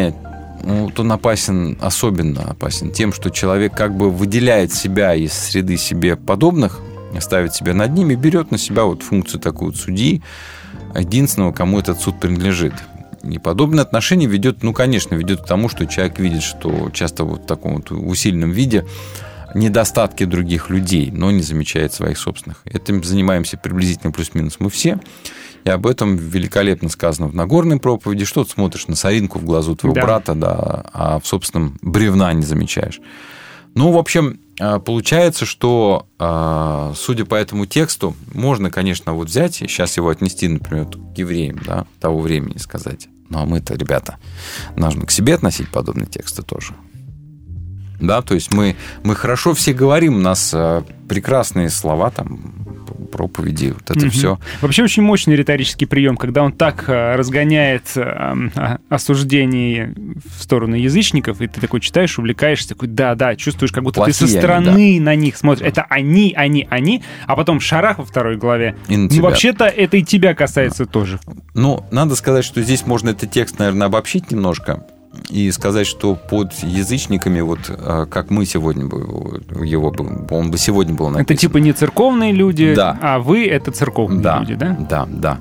он особенно опасен тем, что человек как бы выделяет себя из среды себе подобных, ставит себя над ними, берет на себя вот функцию такой вот судьи, единственного, кому этот суд принадлежит. И подобное отношение ведет к тому, что человек видит, что часто вот в таком вот усиленном виде недостатки других людей, но не замечает своих собственных. Этим занимаемся приблизительно плюс-минус мы все. И об этом великолепно сказано в Нагорной проповеди. Что ты смотришь на соринку в глазу твоего брата, да, а в собственном бревна не замечаешь. В общем, получается, что, судя по этому тексту, можно, конечно, вот взять и сейчас его отнести, например, к евреям, да, того времени сказать. А мы-то, ребята, нужно к себе относить подобные тексты тоже. Да, то есть мы хорошо все говорим, у нас прекрасные слова, там, проповеди, вот это все. Вообще очень мощный риторический прием, когда он так разгоняет осуждение в сторону язычников, и ты такой читаешь, увлекаешься, такой, да, чувствуешь, как будто плохие ты со стороны на них смотришь. Это они, а потом шарах во 2 главе. Вообще-то это и тебя касается тоже. Надо сказать, что здесь можно этот текст, наверное, обобщить немножко. И сказать, что под язычниками, вот как мы сегодня бы он бы сегодня был написан. Это типа не церковные люди, а вы это церковные люди, да? Да.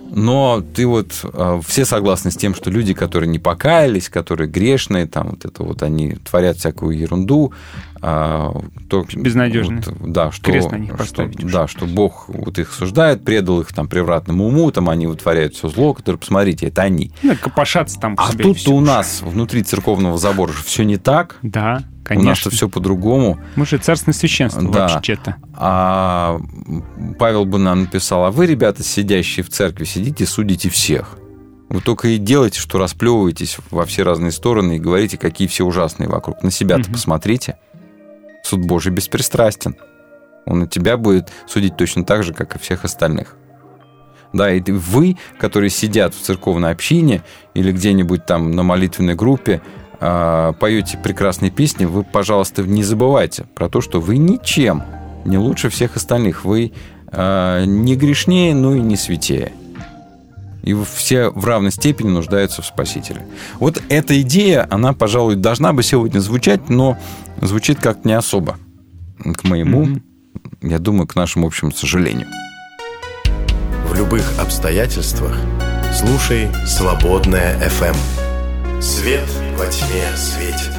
Но ты вот все согласны с тем, что люди, которые не покаялись, которые грешные, там вот это вот они творят всякую ерунду, то безнадежные. Вот, да, что, крест на них поставить. Да, что Бог вот их осуждает, предал их там превратному уму, там они вытворяют все зло, которое, посмотрите, это они. Ну, копошатся там. А тут-то у нас внутри церковного забора же все не так. Да, конечно. У нас-то все по-другому. Мы же царственное священство, да. вообще-то. А Павел бы нам написал: а вы, ребята, сидящие в церкви, сидите, судите всех. Вы только и делаете, что расплевываетесь во все разные стороны и говорите, какие все ужасные вокруг. На себя-то посмотрите. Суд Божий беспристрастен. Он на тебя будет судить точно так же, как и всех остальных. Да, и вы, которые сидят в церковной общине или где-нибудь там на молитвенной группе, поете прекрасные песни, вы, пожалуйста, не забывайте про то, что вы ничем не лучше всех остальных. Вы не грешнее, но и не святее. И все в равной степени нуждаются в Спасителе. Вот эта идея, она, пожалуй, должна бы сегодня звучать, но звучит как-то не особо. К моему, я думаю, к нашему общему сожалению. В любых обстоятельствах слушай «Свободная FM». Свет во тьме светит.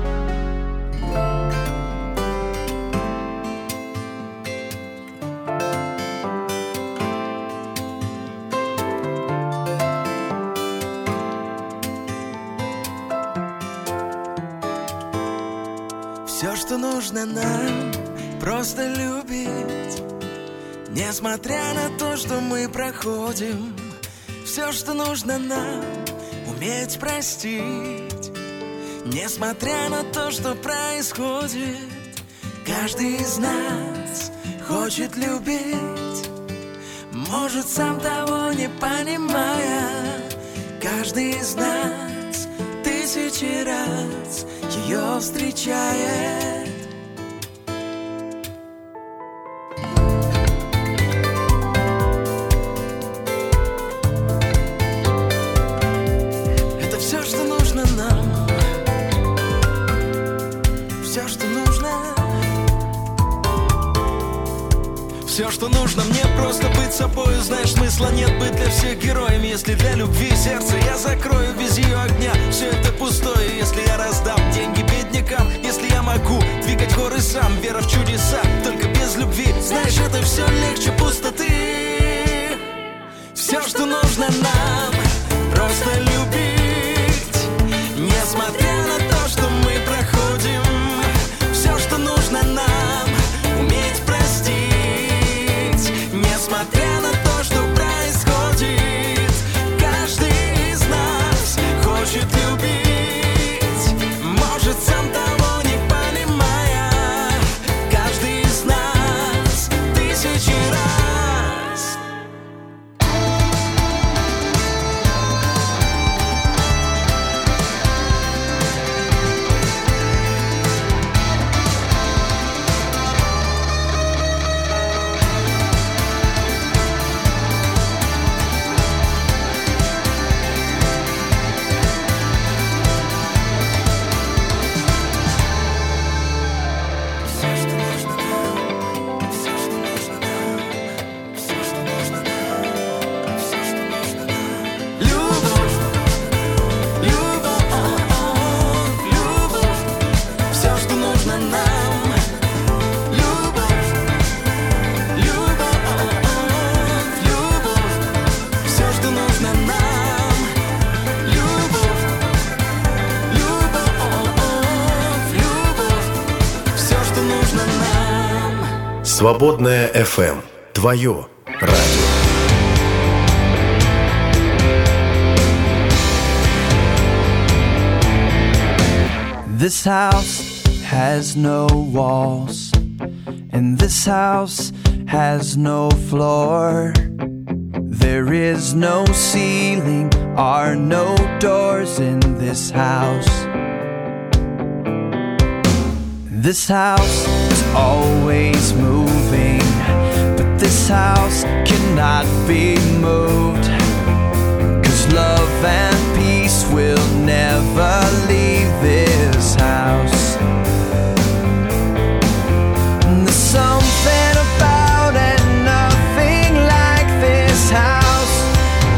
Все, что нужно нам, просто любить. Несмотря на то, что мы проходим, все, что нужно нам, уметь простить. Несмотря на то, что происходит, каждый из нас хочет любить. Может, сам того не понимая, каждый из нас тысячи раз ее встречает. Это все, что нужно нам. Все, что нужно. Все, что нужно мне, просто быть собой. Знаешь, смысла нет быть для всех героем. Если для любви сердце я закрою, без ее огня все это пустое. Если я раздам деньги беднякам, если я могу двигать горы сам, вера в чудеса, только без любви, знаешь, это все легче пустоты. Все, что нужно нам, просто любить. Несмотря на то, что мы проходим, все, что нужно нам, уметь простить. Несмотря на то, что происходит, каждый из нас хочет любить. Может, сам того не понимая, каждый из нас тысячи раз. Свободная FM. Твое радио. This house has no walls, and this house has no floor. There is no ceiling or no doors in this house. This house is always moving, but this house cannot be moved, 'cause love and peace will never leave this house. And there's something about it, nothing like this house.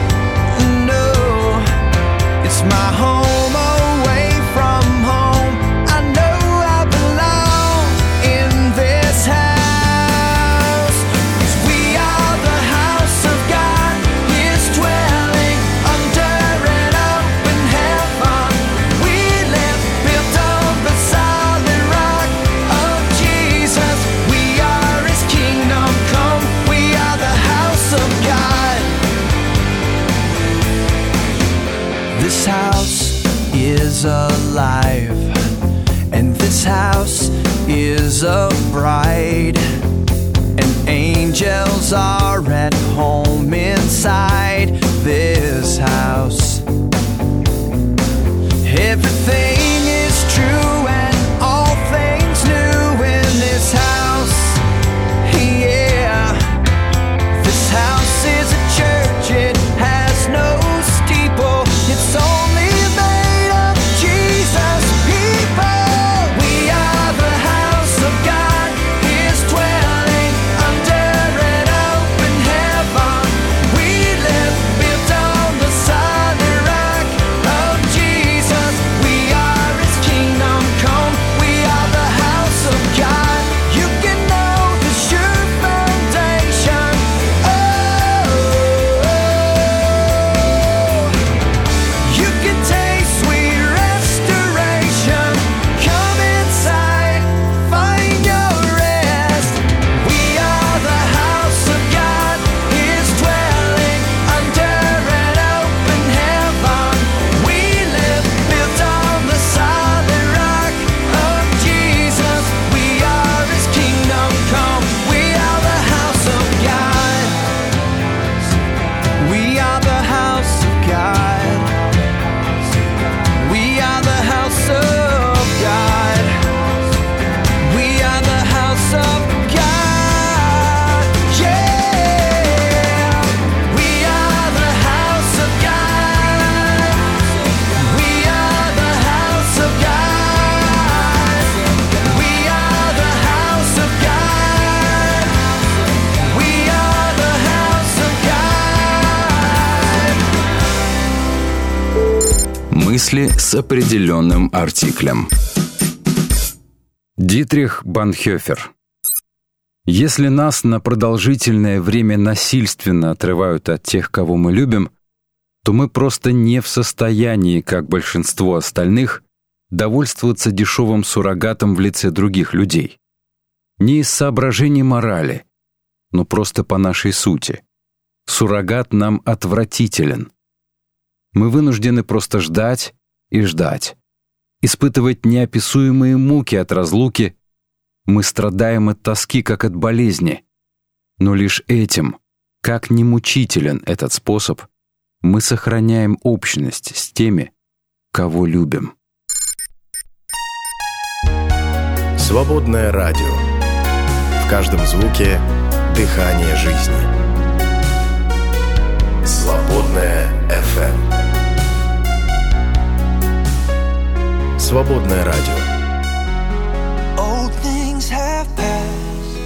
a bride, and angels are at home inside this house. Everything is true and all things new in this house. Yeah, this house is a church, it has no steeple, it's only made of Jesus people. We are the house of God, His dwelling under an open heaven. We live built on the solid rock of Jesus. We are His kingdom come. We are the house of God. You can know the sure foundation. You can taste sweet restoration. Come inside, find your rest. We are the house of God, His dwelling under an open heaven. We live built on the solid rock of Jesus. We are His kingdom come. We are the house of God. We are the house of God. We are the house of God. We are the house of God. Yeah. We are the house of God. We are the house of God. We are the house of God. We are the house of God. Мысли с определенным артиклем. Дитрих Бонхофер. Если нас на продолжительное время насильственно отрывают от тех, кого мы любим, то мы просто не в состоянии, как большинство остальных, довольствоваться дешевым суррогатом в лице других людей. Не из соображений морали, но просто по нашей сути. Суррогат нам отвратителен. Мы вынуждены просто ждать и ждать, испытывать неописуемые муки от разлуки. Мы страдаем от тоски, как от болезни. Но лишь этим, как ни мучителен этот способ, мы сохраняем общность с теми, кого любим. Свободное радио. В каждом звуке дыхание жизни. Свободное FM. Свободное радио. Old things have passed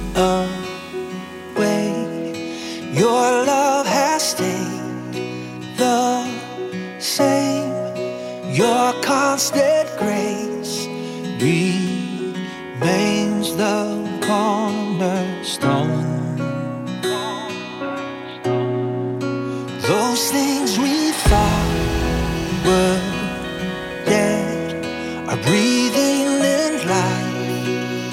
away. Your love has stayed the same. Your constant grace remains the cornerstone. Those things we thought were dead are breathing in life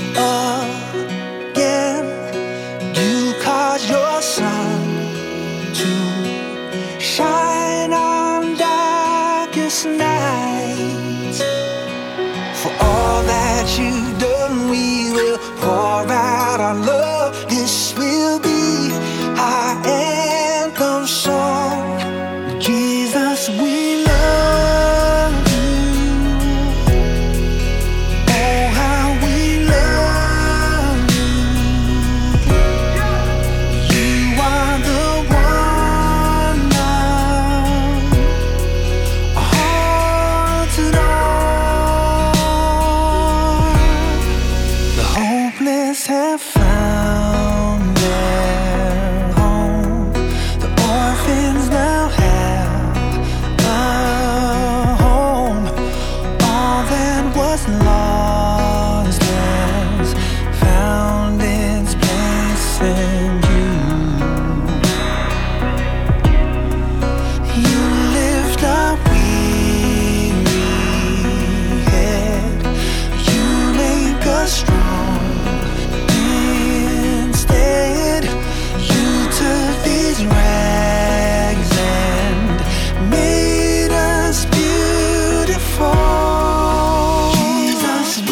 again. You cause your sun to shine on darkest nights. For all that you've done, we will pour out our love. This will be our anthem song. Jesus, we love you. Oh, how we love you. You are the one now. Our hearts and all. The hopeless have found their home. The orphans now have a home. All that was lost has found its place in you. You lift our weary head. You make us strong instead. You took these rags and made us beautiful. Jesus,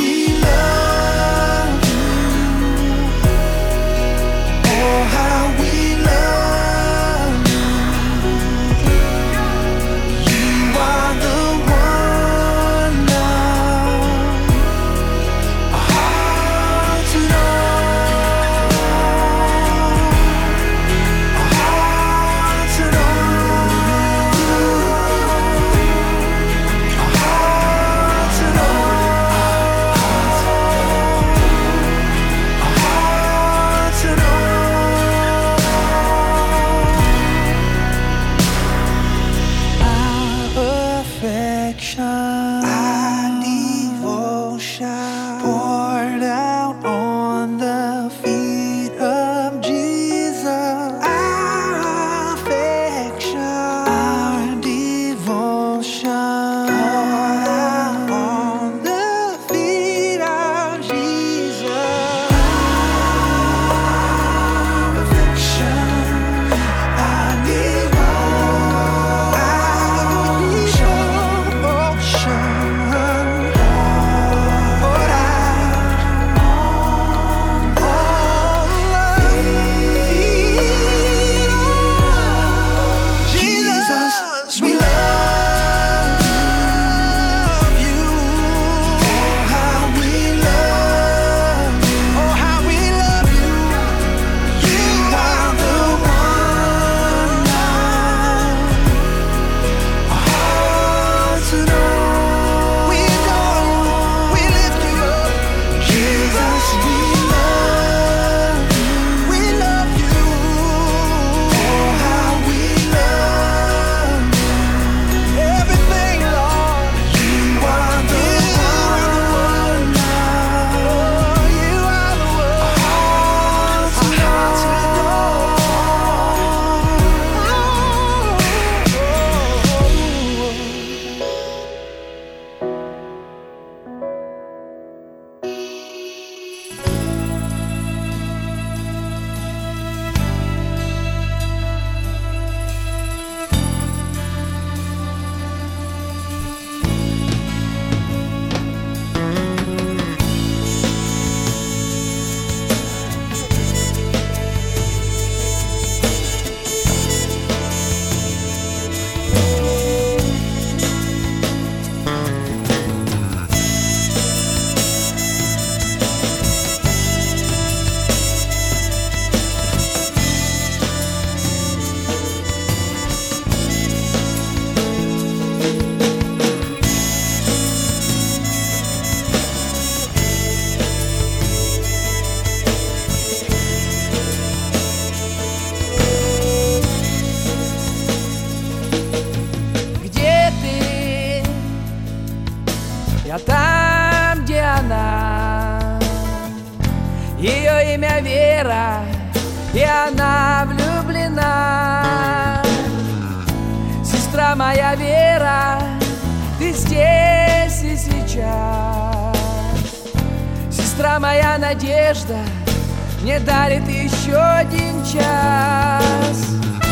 имя Вера, и она влюблена. Сестра моя Вера, ты здесь и сейчас. Сестра моя Надежда мне дарит еще один час.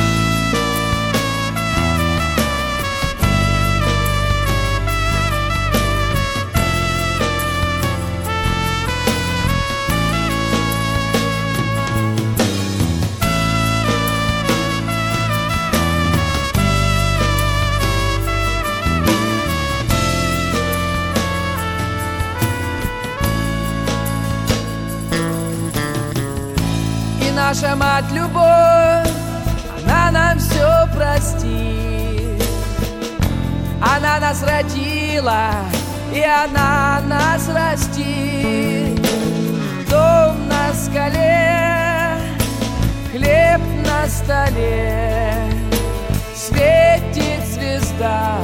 Наша мать любовь, она нам все простит. Она нас родила, и она нас растит. Дом на скале, хлеб на столе, светит звезда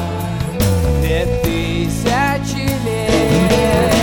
2000 лет.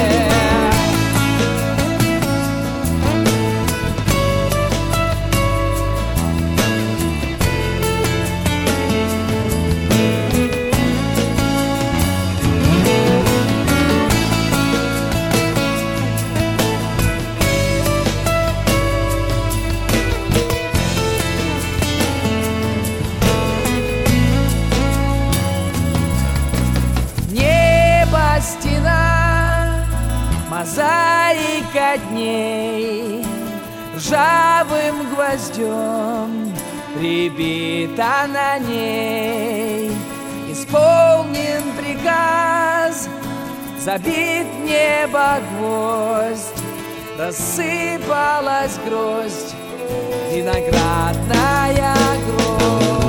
Мозаика дней ржавым гвоздем прибита на ней. Исполнен приказ, забит в небо гвоздь, рассыпалась гроздь, виноградная гроздь.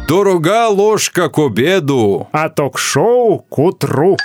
Дорога ложка к обеду, а ток-шоу к утру.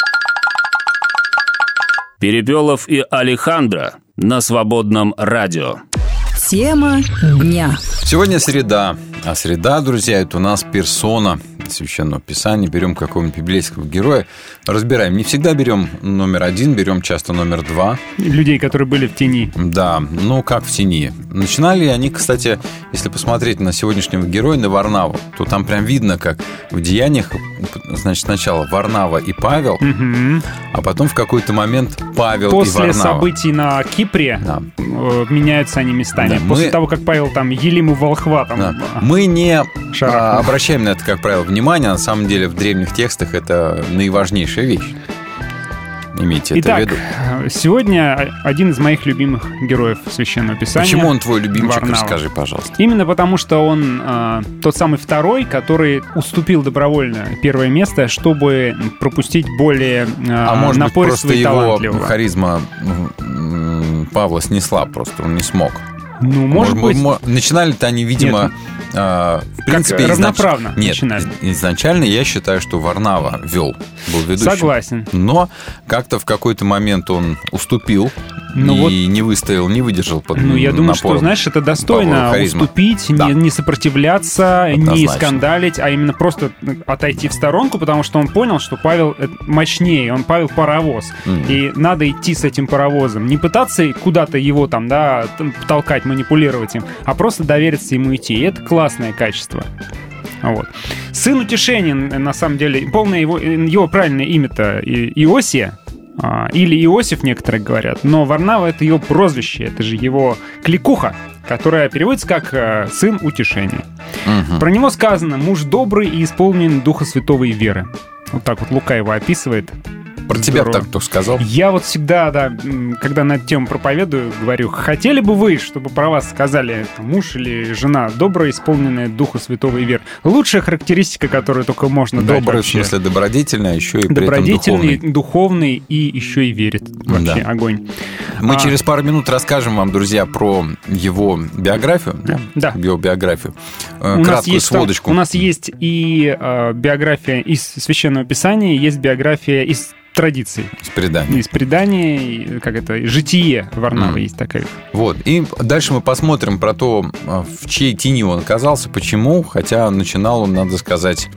Перепелов и Алехандро на Свободном радио. Тема дня. Сегодня среда. А среда, друзья, это у нас персона Священного Писания. Берем какого-нибудь библейского героя, разбираем. Не всегда берем номер 1, берем часто номер 2. Людей, которые были в тени. Да, ну как в тени. Начинали они, кстати, если посмотреть на сегодняшнего героя, на Варнаву, то там прям видно, как в Деяниях, значит, сначала Варнава и Павел, а потом в какой-то момент Павел и Варнава. После событий на Кипре меняются они местами. Да, После того, как Павел там Елиму волхва там... Да. Мы не обращаем на это, как правило, внимание. На самом деле в древних текстах это наиважнейшая вещь. Имейте это в виду. Итак, сегодня один из моих любимых героев Священного Писания. Почему он твой любимчик? Варнава. Расскажи, пожалуйста. Именно потому, что он тот самый второй, который уступил добровольно первое место, чтобы пропустить более напористого и талантливого. Его харизма Павла снесла просто, он не смог. Ну, может быть. Начинали-то они, видимо, в принципе... равноправно начинали. Изначально я считаю, что Варнава был ведущим. Согласен. Но как-то в какой-то момент он уступил и не выстоял, не выдержал под напором. Я думаю, что, знаешь, это достойно уступить, не сопротивляться, не скандалить, а именно просто отойти в сторонку, потому что он понял, что Павел мощнее, Павел паровоз. И надо идти с этим паровозом. Не пытаться куда-то его там, толкать, манипулировать им, а просто довериться ему идти. И это классное качество. Вот. Сын утешения, на самом деле, полное его правильное имя-то Иосия, или Иосиф, некоторые говорят, но Варнава — это его прозвище, это же его кликуха, которая переводится как «сын утешения». Про него сказано: «Муж добрый и исполнен Духа Святого и веры». Вот так вот Лука его описывает. Про тебя так кто сказал? Я вот всегда, когда на эту тему проповедую, говорю: хотели бы вы, чтобы про вас сказали муж или жена добрая, исполненная Духа Святого и веры? Лучшая характеристика, которую только можно дать. Добрый, в смысле добродетельный, а еще и при этом добродетельный, духовный и еще и верит. Вообще огонь. Мы через пару минут расскажем вам, друзья, про его биографию. Да. Его биографию. Краткую сводочку. У нас есть и биография из Священного Писания, есть биография из традиций. Из преданий, житие Варнавы есть такая. Вот. И дальше мы посмотрим про то, в чьей тени он оказался, почему, хотя начинал он, надо сказать,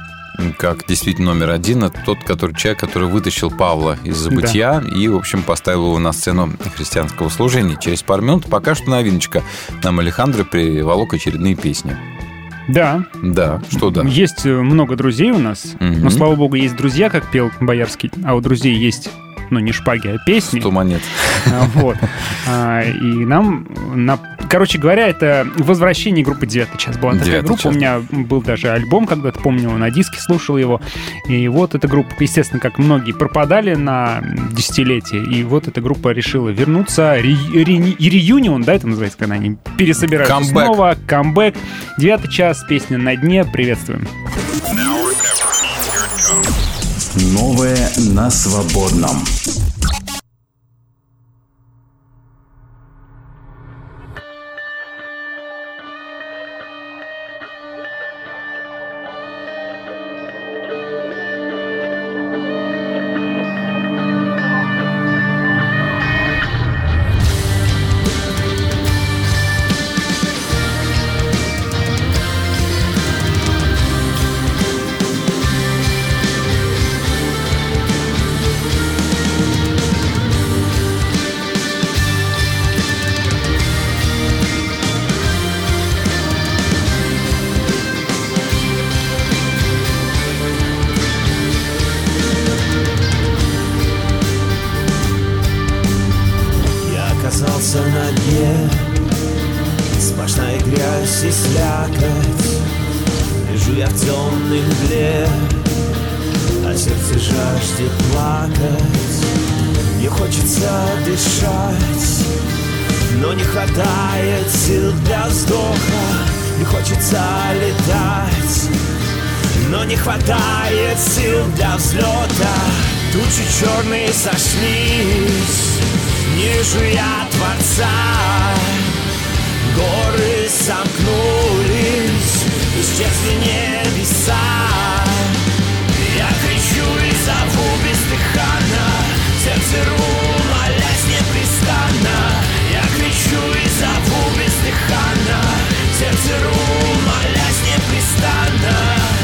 как действительно номер 1, это тот человек, который вытащил Павла из забытия и, в общем, поставил его на сцену христианского служения. Через пару минут пока что новиночка. Нам Алехандро приволок очередные песни. Да. Да, что да? Есть много друзей у нас, но, слава богу, есть друзья, как пел Боярский, а у друзей есть, не шпаги, а песни. 100 монет. Вот. И нам... Короче говоря, это возвращение группы «Девятый час». Была такая группа. У меня был даже альбом, когда-то, помню, на диске слушал его. И вот эта группа, естественно, как многие, пропадали на десятилетие. И вот эта группа решила вернуться. Реюнион, да, это называется, когда они пересобираются снова. Камбэк. «Девятый час», песня «На дне». Приветствуем. Новое на свободном. На дне сплошная грязь и слякоть. Лежу я в темной мгле, а сердце жаждет плакать. Мне хочется дышать, но не хватает сил для вздоха. Мне хочется летать, но не хватает сил для взлета. Тучи черные сошлись, не вижу я Творца. Горы сомкнулись, исчезли небеса. Я кричу и зову бездыханно, сердце рву, молясь непрестанно. Я кричу и зову бездыханно, сердце рву, молясь непрестанно.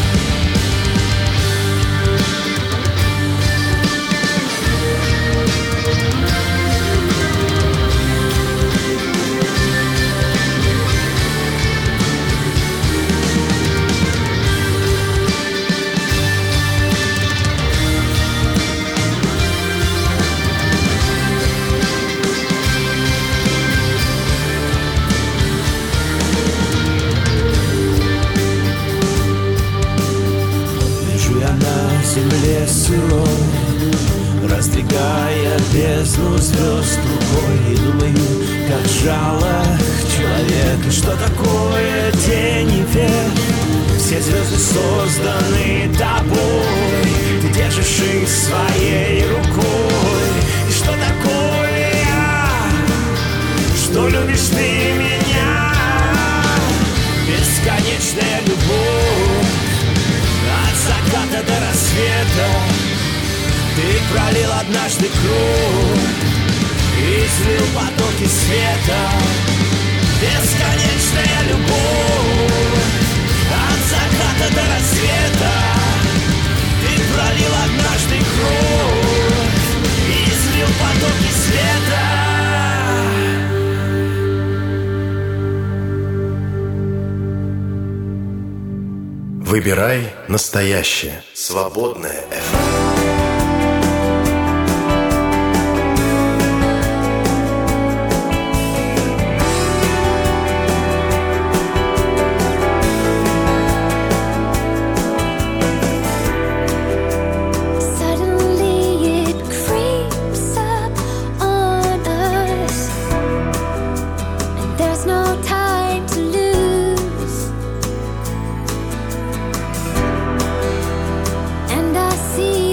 Земле сырой, раздвигая бездну звезд рукой, и думаю, как жалок человек, и что такое день и век. Все звезды созданы тобой, ты держишь их своей рукой. И что такое я, что любишь ты меня, бесконечная любовь. От заката до рассвета ты пролил однажды кровь и излил потоки света. Бесконечная любовь. От заката до рассвета ты пролил однажды кровь и излил потоки света. Выбирай настоящее. Свободное FM. See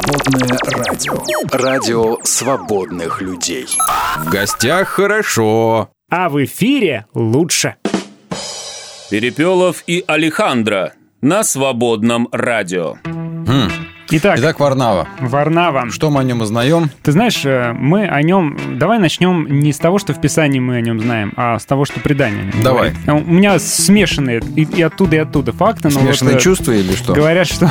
Свободное радио. Радио свободных людей. В гостях хорошо. А в эфире лучше. Перепелов и Алехандро на Свободном радио. Итак, Варнава. Варнава. Что мы о нем узнаем? Ты знаешь, мы о нем... Давай начнем не с того, что в Писании мы о нем знаем, а с того, что предание о нем Давай. говорит. У меня смешанные и оттуда факты. Смешанные вот, чувства или что? Говорят, что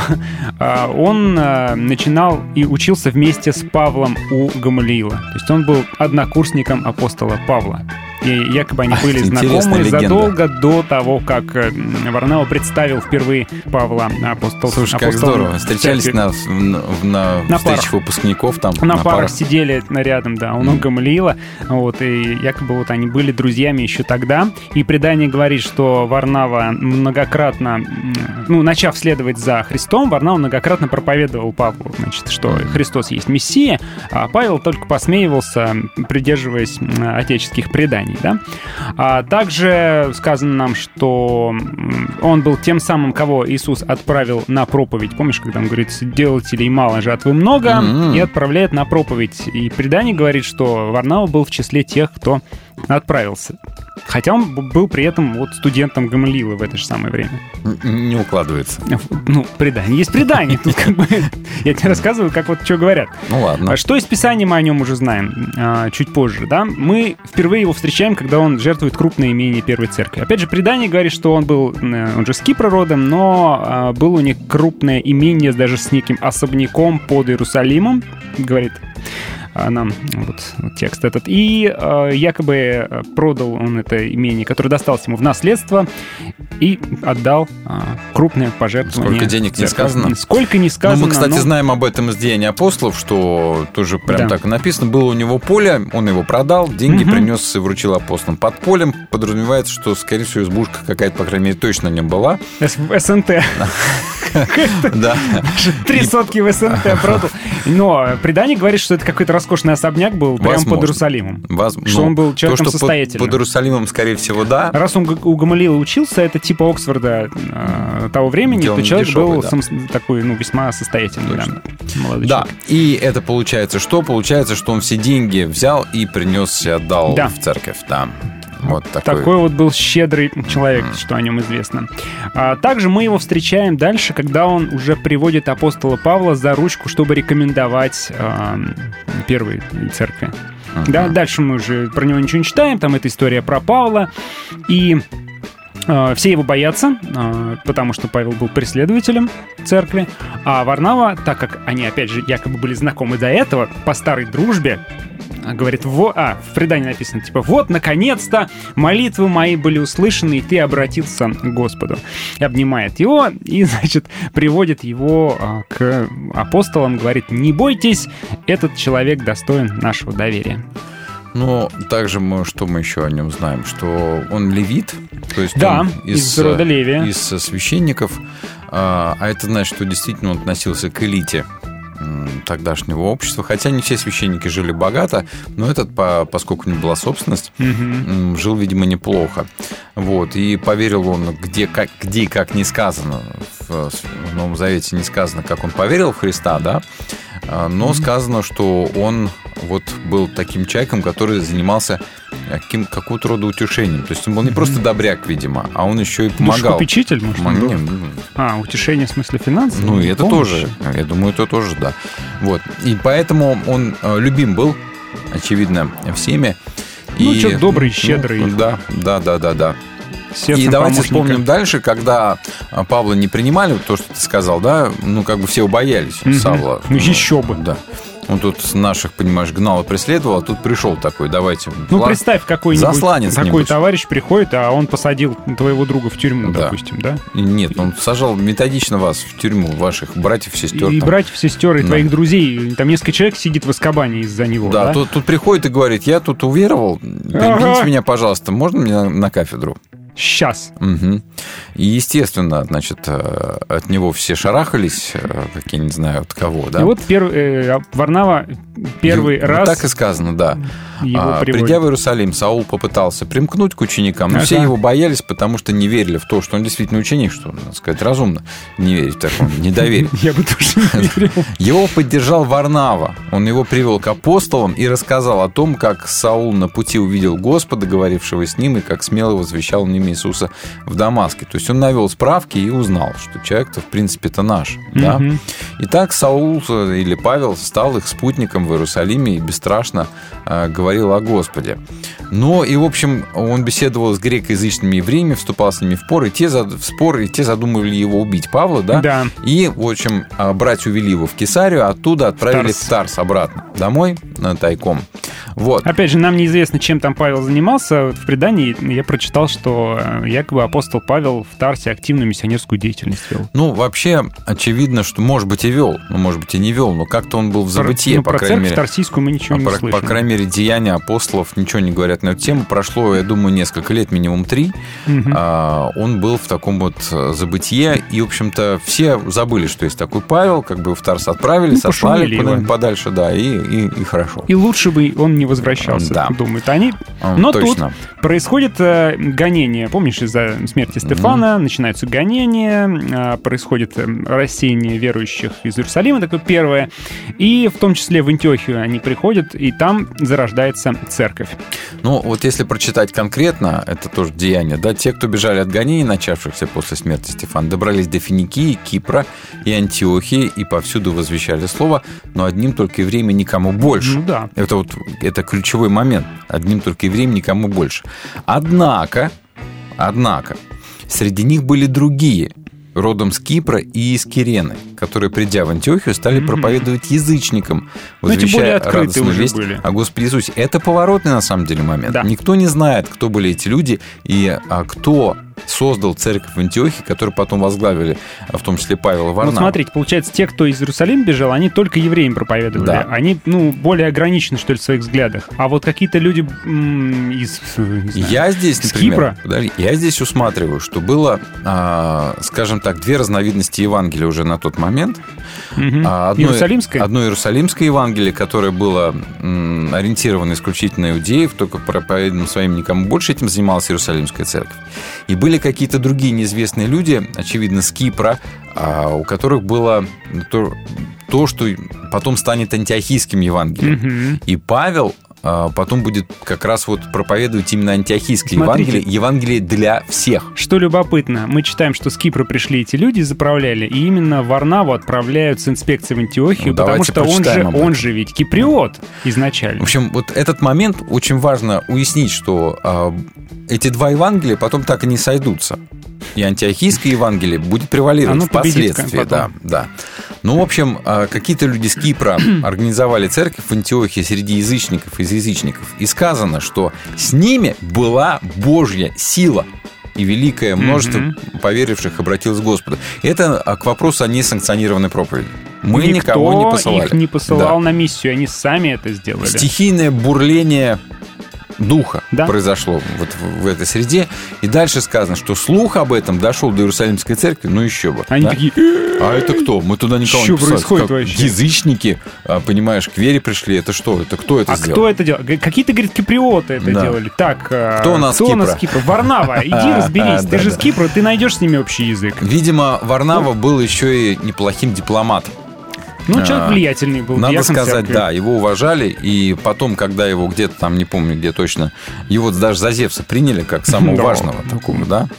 он начинал и учился вместе с Павлом у Гамалиила. То есть он был однокурсником апостола Павла. И якобы они были знакомы задолго до того, как Варнава представил впервые Павла апостолом. Слушай, как здорово. Встречались на встречах выпускников. Там, на парах сидели рядом, да, у ног Гамалиила. Вот, и якобы вот они были друзьями еще тогда. И предание говорит, что Варнава многократно, начав следовать за Христом, Варнава многократно проповедовал Павлу, значит, что Христос есть Мессия, а Павел только посмеивался, придерживаясь отеческих преданий. Да? А также сказано нам, что он был тем самым, кого Иисус отправил на проповедь. Помнишь, когда он говорит, делателей мало, жатвы много, и отправляет на проповедь. И предание говорит, что Варнава был в числе тех, кто отправился. Хотя он был при этом вот студентом Гамалиила в это же самое время. Не укладывается. Предание есть предание. Тут как бы я тебе рассказываю, как вот что говорят. Ну ладно. Что из Писания мы о нем уже знаем чуть позже, да? Мы впервые его встречаем, когда он жертвует крупное имение Первой Церкви. Опять же, предание говорит, что он же с Кипра родом, но был у них крупное имение даже с неким особняком под Иерусалимом, говорит нам вот текст этот. И якобы продал он это имение, которое досталось ему в наследство, и отдал крупное пожертвование. Сколько денег не сказано? Сколько не сказано. Мы, кстати, знаем об этом из Деяний апостолов, что тоже прям так и написано. Было у него поле, он его продал, деньги принес и вручил апостолам. Под полем подразумевается, что, скорее всего, избушка какая-то, по крайней мере, точно не была. СНТ. Да. 3 сотки в СНТ продал. Но предание говорит, что это какой-то роскошный особняк был прямо под Иерусалимом. Что он был человеком состоятельным. Под Иерусалимом, скорее всего, да. Раз он у Гамалиила учился, это типа Оксфорда того времени, то человек был такой, весьма состоятельный. Молодой человек. И это получается что? Получается, что он все деньги взял и принес и отдал в церковь. Да. Вот такой вот был щедрый человек, что о нем известно. Также мы его встречаем дальше, когда он уже приводит апостола Павла за ручку, чтобы рекомендовать первой церкви. Да, дальше мы уже про него ничего не читаем, там эта история про Павла, и все его боятся, потому что Павел был преследователем церкви, а Варнава, так как они, опять же, якобы были знакомы до этого, по старой дружбе, говорит, в предании написано, типа, вот, наконец-то молитвы мои были услышаны, и ты обратился к Господу. И обнимает его, и, значит, приводит его к апостолам, говорит, не бойтесь, этот человек достоин нашего доверия. Ну, также что мы еще о нем знаем? Что он левит, то есть он из рода Левия, из священников, а это значит, что действительно он относился к элите тогдашнего общества, хотя не все священники жили богато, но этот, поскольку у него была собственность, жил, видимо, неплохо. Вот. И поверил он, где и как не сказано, в Новом Завете не сказано, как он поверил в Христа, да, но сказано, что он вот был таким человеком, который занимался какого-то рода утешением. То есть он был не просто добряк, видимо, а он еще и помогал. Душепопечитель, может? Утешение в смысле финансов? Ну, и это тоже. Я думаю, это тоже, да. Вот. И поэтому он любим был, очевидно, всеми. Человек добрый, щедрый. Да. И давайте вспомним дальше, когда Павла не принимали, то, что ты сказал, да, все его боялись, Савла. Еще бы. Да. Он тут наших, понимаешь, гнал и преследовал, а тут пришел такой, давайте. Представь, какой-нибудь такой товарищ приходит, а он посадил твоего друга в тюрьму, допустим, да? Нет, он сажал методично вас в тюрьму, ваших братьев, сестер. И братьев, сестер, и твоих друзей. Там несколько человек сидит в Азкабане из-за него, да? Тут приходит и говорит, я тут уверовал, примите меня, пожалуйста, можно мне на кафедру? Сейчас. Угу. И, естественно, значит, от него все шарахались, как я не знаю, от кого, да? И вот Варнава первый раз... Так и сказано, да. его приводит. Придя в Иерусалим, Саул попытался примкнуть к ученикам, но все его боялись, потому что не верили в то, что он действительно ученик, что, надо сказать, разумно не верить в такое недоверие. Я бы тоже не верил. Его поддержал Варнава. Он его привел к апостолам и рассказал о том, как Саул на пути увидел Господа, говорившего с ним, и как смело возвещал в имя Иисуса в Дамаске. То есть он навел справки и узнал, что человек-то, в принципе-то, наш. Да? Итак, Саул или Павел стал их спутником в Иерусалиме и бесстрашно говорил о Господе. Но и, в общем, он беседовал с грекоязычными евреями, вступал с ними в спор, и те задумывали его убить, Павла, да? Да. И, в общем, братья увели его в Кесарию, оттуда отправили в Тарс обратно, домой, тайком. Вот. Опять же, нам неизвестно, чем там Павел занимался. В предании я прочитал, что якобы апостол Павел в Тарсе активную миссионерскую деятельность вел. Ну, вообще, очевидно, что, может быть, и вел, может быть, и не вел, но как-то он был в забытье, по крайней мере. Про церковь тарсийскую мы ничего не слышим. По крайней мере, деяния апостолов ничего не говорят на эту тему. Прошло, я думаю, несколько лет, минимум 3. Он был в таком вот забытье, и, в общем-то, все забыли, что есть такой Павел, как бы в Тарс отправили, сослали куда-нибудь подальше, да, и хорошо. И лучше бы он не возвращался, думают они. Но точно. Тут происходит гонение. Помнишь, из-за смерти Стефана начинаются гонения, происходит рассеяние верующих из Иерусалима, такое первое. И в том числе в Антиохию они приходят, и там зарождается церковь. Ну, вот если прочитать конкретно, это тоже деяние, да, те, кто бежали от гонений, начавшихся после смерти Стефана, добрались до Финикии, Кипра и Антиохии, и повсюду возвещали слово, но одним только евреям и никому больше. Ну да. Это ключевой момент. Одним только евреям, никому больше. Однако, среди них были другие, родом с Кипра и из Кирены, которые, придя в Антиохию, стали проповедовать язычникам, возвещая радостную весть о Господе Иисусе. Это поворотный, на самом деле, момент. Да. Никто не знает, кто были эти люди и кто создал церковь в Антиохии, которую потом возглавили, в том числе Павел и Варнава. Ну, смотрите, получается, те, кто из Иерусалима бежал, они только евреям проповедовали. Да. Они, более ограничены, что ли, в своих взглядах. А вот какие-то люди из, не знаю, я здесь, например, Кипра... я здесь усматриваю, что было, скажем так, две разновидности Евангелия уже на тот момент. Иерусалимское? Одно иерусалимское Евангелие, которое было ориентировано исключительно на иудеев, только проповедным своим никому больше, этим занималась Иерусалимская церковь. И были какие-то другие неизвестные люди, очевидно, с Кипра, у которых было то, что потом станет антиохийским Евангелием. И Павел потом будет как раз вот проповедовать именно антиохийское Евангелие для всех. Что любопытно, мы читаем, что с Кипра пришли эти люди и заправляли, и именно Варнаву отправляют с инспекцией в Антиохию, потому что он же ведь киприот изначально. В общем, вот этот момент очень важно уяснить, что эти два Евангелия потом так и не сойдутся. И антиохийское Евангелие будет превалировать впоследствии. Да. Ну, в общем, какие-то люди с Кипра организовали церковь в Антиохии среди язычников, из язычников. И сказано, что с ними была Божья сила. И великое множество поверивших обратилось к Господу. Это к вопросу о несанкционированной проповеди. Мы никого не посылали. Никто их не посылал на миссию, они сами это сделали. Стихийное бурление духа произошло вот в этой среде. И дальше сказано, что слух об этом дошел до Иерусалимской церкви, ну еще бы. Они такие... А это кто? Мы туда никого не писали. Происходит вообще? Язычники, понимаешь, к вере пришли. Это что? Это кто это сделал? Кто это делал? Какие-то, говорит, киприоты это делали. Так, кто у нас с Кипра? Варнава, иди разберись. Ты же с Кипра, ты найдешь с ними общий язык. Видимо, Варнава был еще и неплохим дипломатом. Ну, человек влиятельный был. Надо сказать, да, его уважали. И потом, когда его где-то там, не помню где точно, его даже за Зевса приняли как самого важного такого, да.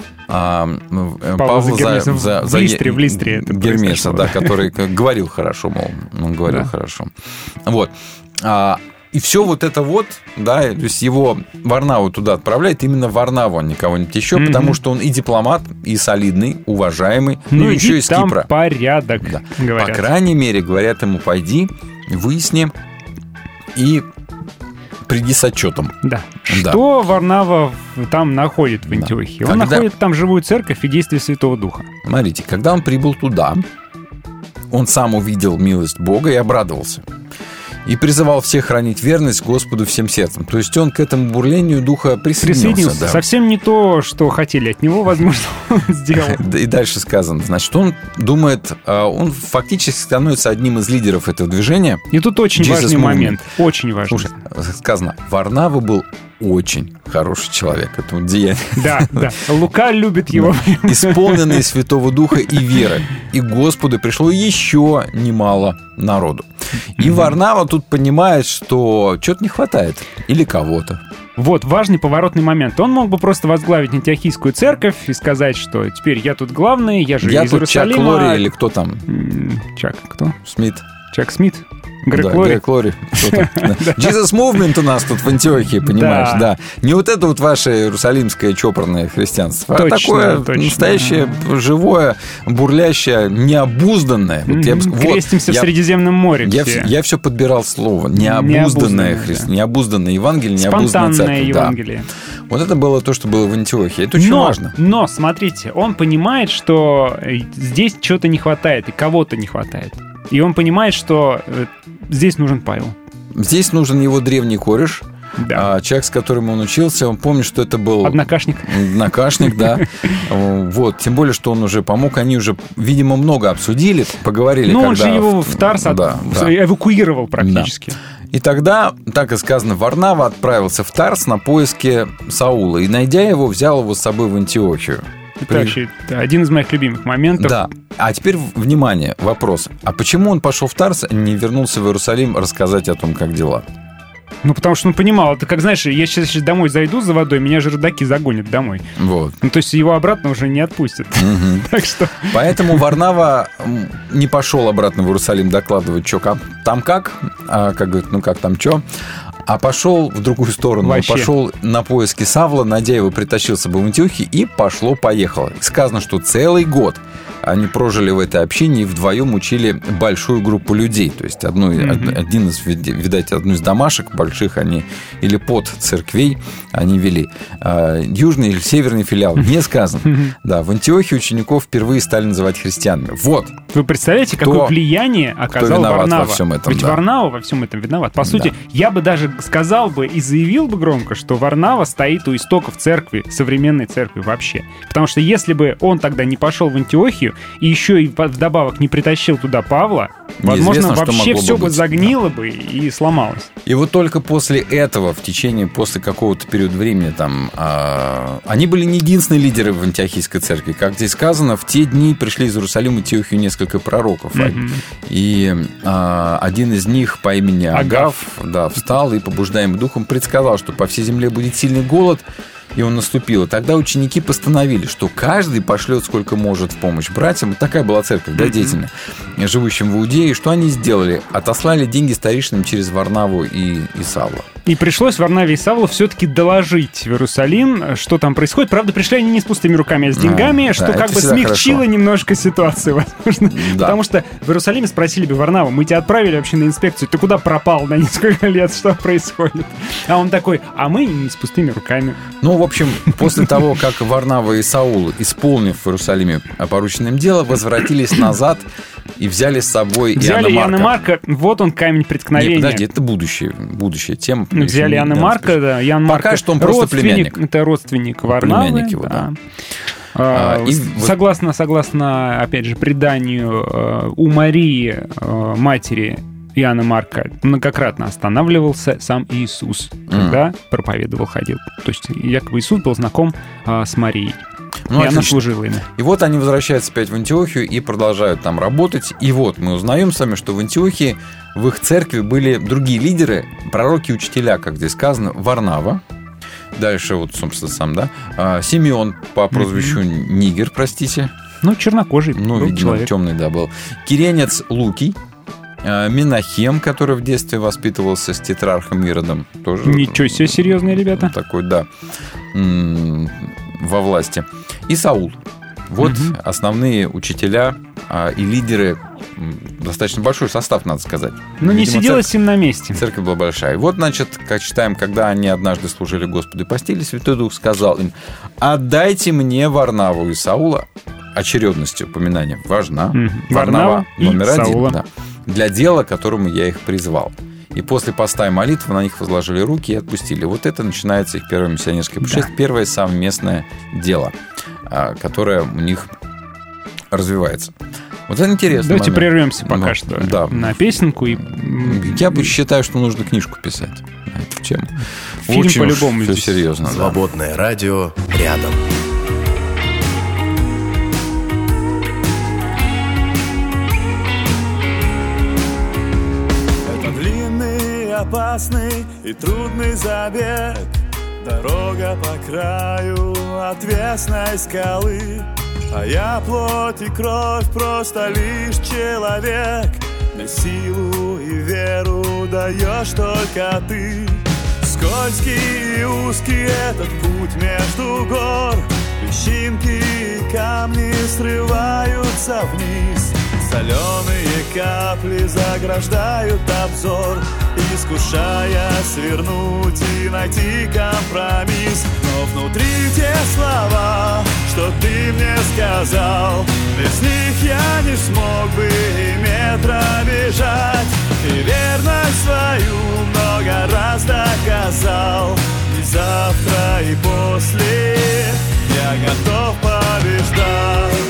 Павла в Листре это Гермеса, да, который говорил хорошо, мол, он говорил хорошо. Вот. И все вот это вот, да, то есть его Варнаву туда отправляет, именно Варнаву, а не кого-нибудь еще, потому что он и дипломат, и солидный, уважаемый, ну и еще из Кипра. Там порядок, говорят. По крайней мере, говорят ему, пойди, выясни и приди с отчетом. Да. Что Варнава там находит в Антиохии? Он находит там живую церковь и действие Святого Духа. Смотрите, когда он прибыл туда, он сам увидел милость Бога и обрадовался. и призывал всех хранить верность Господу всем сердцем. То есть он к этому бурлению духа присоединился. Да. Совсем не то, что хотели от него, возможно, он сделал. И дальше сказано. Значит, он думает, он фактически становится одним из лидеров этого движения. И тут очень важный момент. Очень важный. Слушай, сказано, Варнава был очень хороший человек. Это вот деяние. Да, да. Лука любит его. Исполненный Святого Духа и веры. И Господу пришло еще немало народу. И Варнава тут понимает, что чего-то не хватает. Или кого-то. Вот, важный поворотный момент. Он мог бы просто возглавить Антиохийскую церковь и сказать, что теперь я тут главный, я же из Иерусалима. Чак Лори или кто там? Чак кто? Смит. Чак Смит? Грег Лори. Jesus Movement у нас тут в Антиохии, понимаешь, да. Не вот это вот ваше иерусалимское чопорное христианство, а такое настоящее, живое, бурлящее, необузданное. Крестимся в Средиземном море. Я все подбирал слово. Необузданное Евангелие, необузданная церковь. Спонтанное Евангелие. Вот это было то, что было в Антиохии. Это очень важно. Но, смотрите, он понимает, что здесь чего-то не хватает и кого-то не хватает. И он понимает, что здесь нужен Павел. Здесь нужен его древний кореш. Да. Человек, с которым он учился, он помнит, что это был... Однокашник, да. Вот. Тем более, что он уже помог. Они уже, видимо, много обсудили, поговорили. Ну, он же его в Тарс эвакуировал практически. Да. И тогда, так и сказано, Варнава отправился в Тарс на поиски Саула. И, найдя его, взял его с собой в Антиохию. Это вообще один из моих любимых моментов. Да. А теперь, внимание, вопрос. А почему он пошел в Тарс, а не вернулся в Иерусалим рассказать о том, как дела? Ну, потому что он понимал, это как, знаешь, я сейчас домой зайду за водой, меня же родаки загонят домой. Вот. Ну, то есть его обратно уже не отпустят. Так что... Поэтому Варнава не пошел обратно в Иерусалим докладывать, что там как, как говорит, ну как там что, а пошел в другую сторону. Вообще. Пошел на поиски Савла, найдя его, притащил с собой в Антиохию, и пошло-поехало. Сказано, что целый год они прожили в этой общине и вдвоем учили большую группу людей. То есть одну из домашек больших они, или под церквей они вели. Южный или северный филиал, не сказано. Да, в Антиохии учеников впервые стали называть христианами. Вот. Вы представляете, какое влияние оказал Варнава? Во всем этом, ведь Варнава во всем этом виноват. По сути, я бы даже сказал бы и заявил бы громко, что Варнава стоит у истоков церкви, современной церкви вообще. Потому что если бы он тогда не пошел в Антиохию и еще и вдобавок не притащил туда Павла, возможно, вообще все бы загнило бы и сломалось. И вот только после этого, после какого-то периода времени, там, они были не единственные лидеры в Антиохийской церкви. Как здесь сказано, в те дни пришли из Иерусалима в Антиохию несколько пророков. И один из них по имени Агав встал и, побуждаемый духом, предсказал, что по всей земле будет сильный голод, и он наступил. И тогда ученики постановили, что каждый пошлет сколько может в помощь братьям. Вот такая была церковь, деятельная, живущим в Иудее. Что они сделали? Отослали деньги старейшинам через Варнаву и Савла. И пришлось Варнаве и Савлу все-таки доложить в Иерусалим, что там происходит. Правда, пришли они не с пустыми руками, а с деньгами, что как бы смягчило немножко ситуацию, возможно. Да. Потому что в Иерусалиме спросили бы Варнаву: мы тебя отправили вообще на инспекцию, ты куда пропал на несколько лет, что происходит? А он такой: а мы не с пустыми руками. Ну, в общем, после того, как Варнава и Саул, исполнив в Иерусалиме порученное им дело, возвратились назад и взяли с собой Иоанна Марка. Вот он, камень преткновения. Нет, подожди, это будущая тема. Взяли Иоанна Марка, да. Иоанн Марка, пока что он просто племянник. Это родственник Варнавы. Племянник его, да. Согласно, опять же, преданию, у Марии, матери Иоанна Марка, многократно останавливался сам Иисус, когда проповедовал, ходил. То есть якобы Иисус был знаком с Марией. И она служила ему. И вот они возвращаются опять в Антиохию и продолжают там работать. И вот мы узнаем с вами, что в Антиохии в их церкви были другие лидеры, пророки и учителя, как здесь сказано, Варнава. Дальше вот, собственно, сам, Симеон по прозвищу Нигер, простите. Чернокожий. Видимо, человек. Темный, был. Киренец Лукий. Менахем, который в детстве воспитывался с тетрархом Иродом. Тоже, ничего себе, серьезные ребята. Такой, во власти. И Саул. Вот основные учителя и лидеры. Достаточно большой состав, надо сказать. Но не сиделось им на месте. Церковь была большая. И вот, значит, как читаем, когда они однажды служили Господу и постились, Святой Дух сказал им: отдайте мне Варнаву и Саула. Очередность упоминания важна. Варнава номер Саула. 1. Для дела, к которому я их призвал. И после поста и молитвы на них возложили руки и отпустили. Вот это начинается их первое миссионерское путешествие, первое совместное дело, которое у них развивается. Вот это интересно. Давайте прервемся пока что на песенку. Я считаю, что нужно книжку писать на эту тему. Фильм очень по-любому все серьезно. Свободное радио рядом. Это длинный, опасный и трудный забег. Дорога по краю отвесной скалы. А я плоть и кровь, просто лишь человек. Мне силу и веру даешь только ты. Скользкий и узкий этот путь между гор. Песчинки и камни срываются вниз. Соленые капли заграждают обзор, искушая свернуть и найти компромисс. Но внутри те слова, что ты мне сказал, без них я не смог бы и метра бежать. И верность свою много раз доказал. И завтра, и после я готов побеждать.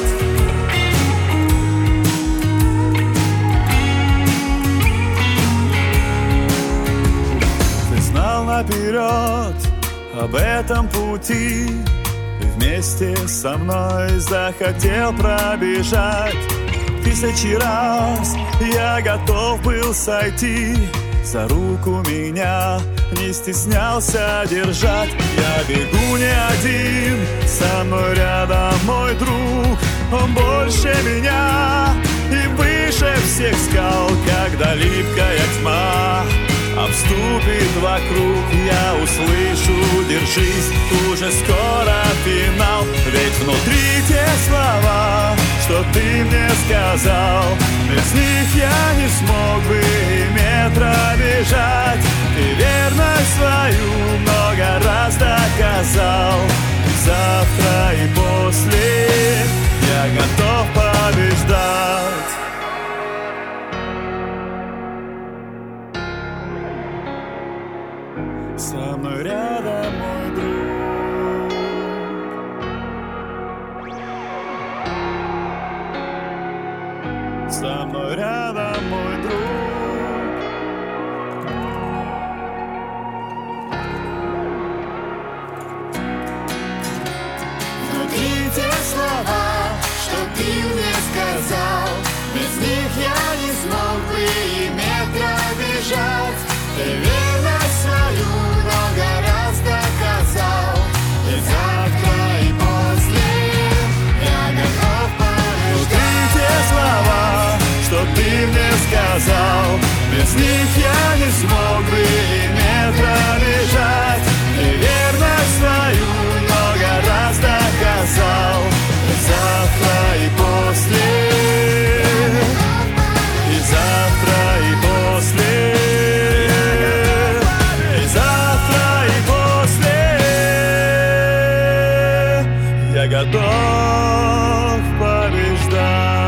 Наперед об этом пути и вместе со мной захотел пробежать. 1000 раз я готов был сойти за руку, меня не стеснялся держать. Я бегу не один, со мной рядом мой друг. Он больше меня и выше всех скал, когда липкая тьма обступит вокруг, я услышу: держись, уже скоро финал. Ведь внутри те слова, что ты мне сказал, без них я не смог бы и метра бежать. И верность свою много раз доказал. И завтра, и после я готов побеждать. Со мной рядом мой друг. Со мной рядом мой друг. Внутри те слова, что ты мне сказал, без них я не смог бы и метра бежать. Ты верность свою много раз доказал. И завтра, и после я готов побеждать. Внутри те слова, что ты мне сказал, без них я не смог бы и метра бежать. И верность свою много раз доказал. И завтра, и после, и завтра, и после. Готов побеждать.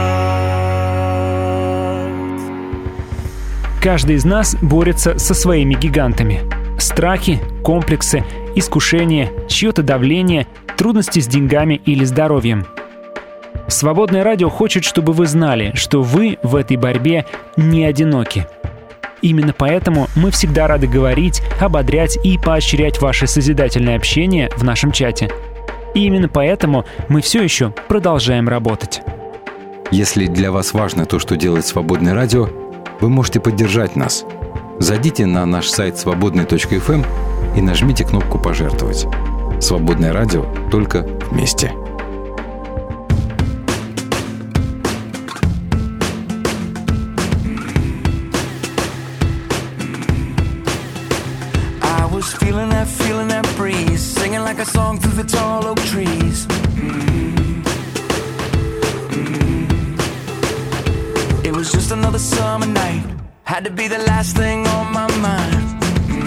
Каждый из нас борется со своими гигантами. Страхи, комплексы, искушения, чье-то давление, трудности с деньгами или здоровьем. Свободное радио хочет, чтобы вы знали, что вы в этой борьбе не одиноки. Именно поэтому мы всегда рады говорить, ободрять и поощрять ваше созидательное общение в нашем чате. И именно поэтому мы все еще продолжаем работать. Если для вас важно то, что делает Свободное радио, вы можете поддержать нас. Зайдите на наш сайт свободный.фм и нажмите кнопку «Пожертвовать». Свободное радио только вместе. Feeling that breeze, singing like a song through the tall oak trees. It was just another summer night, had to be the last thing on my mind.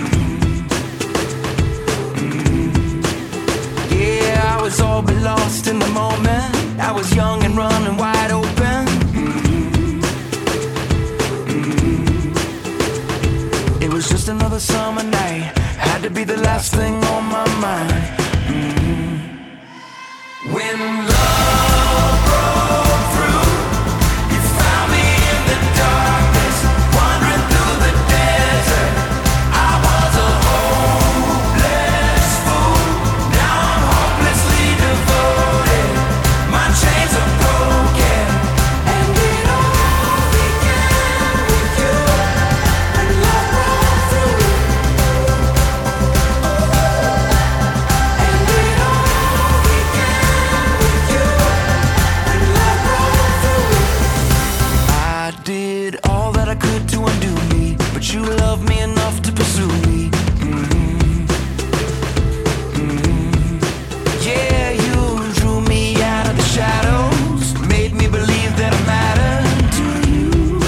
Yeah, I was all but lost in the moment. I was young and running wide open. It another summer night. Had to be the last thing on my mind. When love broke through, you found me in the darkness, wandering through the desert. I was a hopeless fool. Now I'm hopelessly devoted. My chains are broken, and it all began with you. When love broke through, and it all began with you. When love broke through, I did all that I could to undo me, but you loved me enough to pursue me. Yeah, you drew me out of the shadows, made me believe that I mattered to you.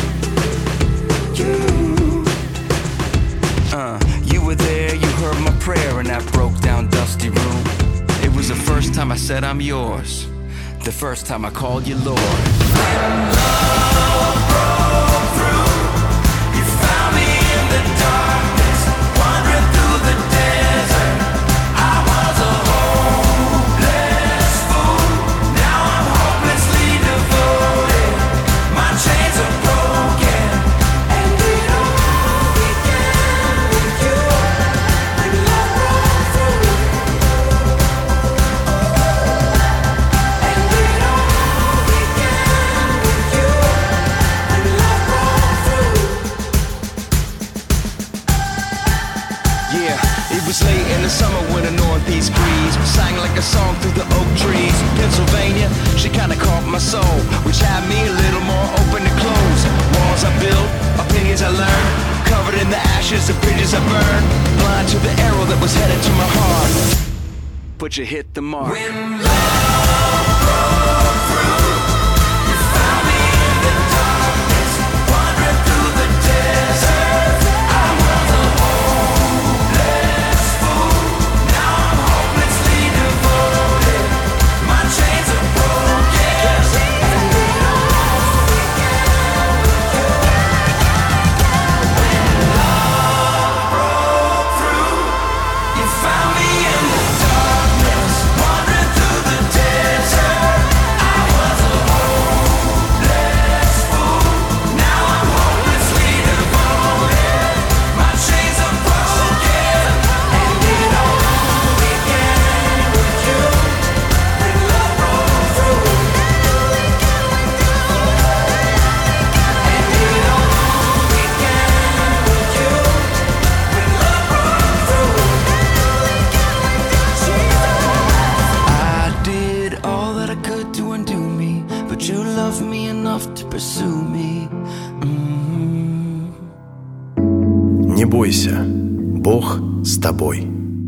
You were there, you heard my prayer in that broke down dusty room. It was the first time I said I'm yours, the first time I called you Lord. When love broke through, you found me in the darkness, wandering through the desert. I was a hopeless fool. Now I'm hopelessly devoted. My chains are broken, and it all began with you. When love broke through, and it all began with you. When love broke through. Yeah, it was late in the summer when a northeast breeze sang like a song through the oak trees. Pennsylvania, she kinda caught my soul, which had me a little more open to close. Walls I built, opinions I learned, covered in the ashes of bridges I burned. Blind to the arrow that was headed to my heart, but you hit the mark. When love broke through, you found me in the darkness, wandering through the desert. I was a hopeless fool. Now I'm hopelessly devoted. My chains are broken, and it all began with you. When love broke through, you found me in the darkness, wandering through the desert. I was a hopeless fool. Now I'm hopelessly devoted. My chains are broken, and it all began with you. When love broke through, and it all began with you. When love broke through, I did all that I could to undo me, but you loved me enough to pursue me. Не бойся, Бог с тобой.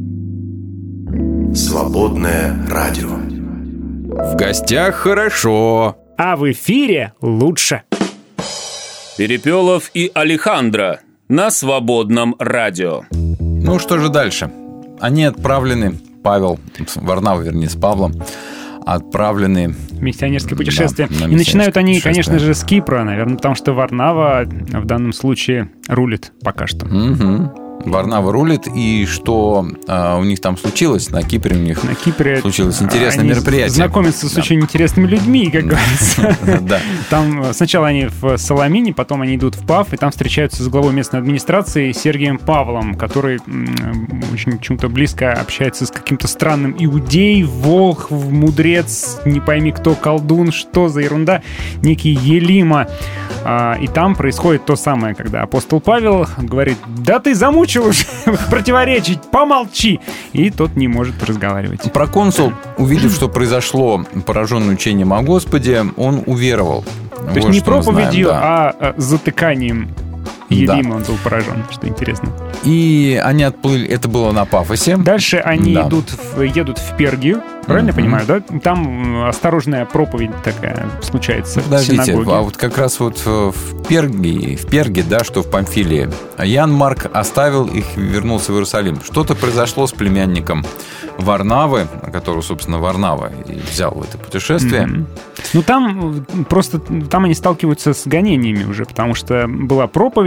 Свободное радио. В гостях хорошо. А в эфире лучше. Перепелов и Алехандро на Свободном радио. Ну что же дальше? Они отправлены, Павел, Варнава, вернее, с Павлом, отправлены В миссионерское путешествие. Да, на И начинают они, путешествие. конечно же, с Кипра, наверное, потому что Варнава в данном случае рулит пока что. Угу. Варнава рулит, и что у них там случилось? На Кипре у них На Кипре случилось интересное они мероприятие. знакомятся с очень интересными людьми, как говорится. Да. Там сначала они в Саламине, потом они идут в Паф, и там встречаются с главой местной администрации Сергием Павлом, который очень почему-то близко общается с каким-то странным иудей, волхв, мудрец, не пойми кто, колдун, что за ерунда, некий Елима. И там происходит то самое, когда апостол Павел говорит: да ты замучил уже противоречить, помолчи. И тот не может разговаривать. Проконсул, увидев, что произошло, пораженный учением о Господе, он уверовал. То есть не проповедью, а затыканием Елима он был поражен, что интересно. И они отплыли, это было на Пафосе. Дальше они едут в Пергию, правильно я понимаю, да? Там осторожная проповедь такая случается в синагоге. А вот как раз вот в Перге, да, что в Памфилии, Ян Марк оставил их и вернулся в Иерусалим. Что-то произошло с племянником Варнавы, которого, собственно, Варнава и взял в это путешествие. Ну, там просто они сталкиваются с гонениями уже, потому что была проповедь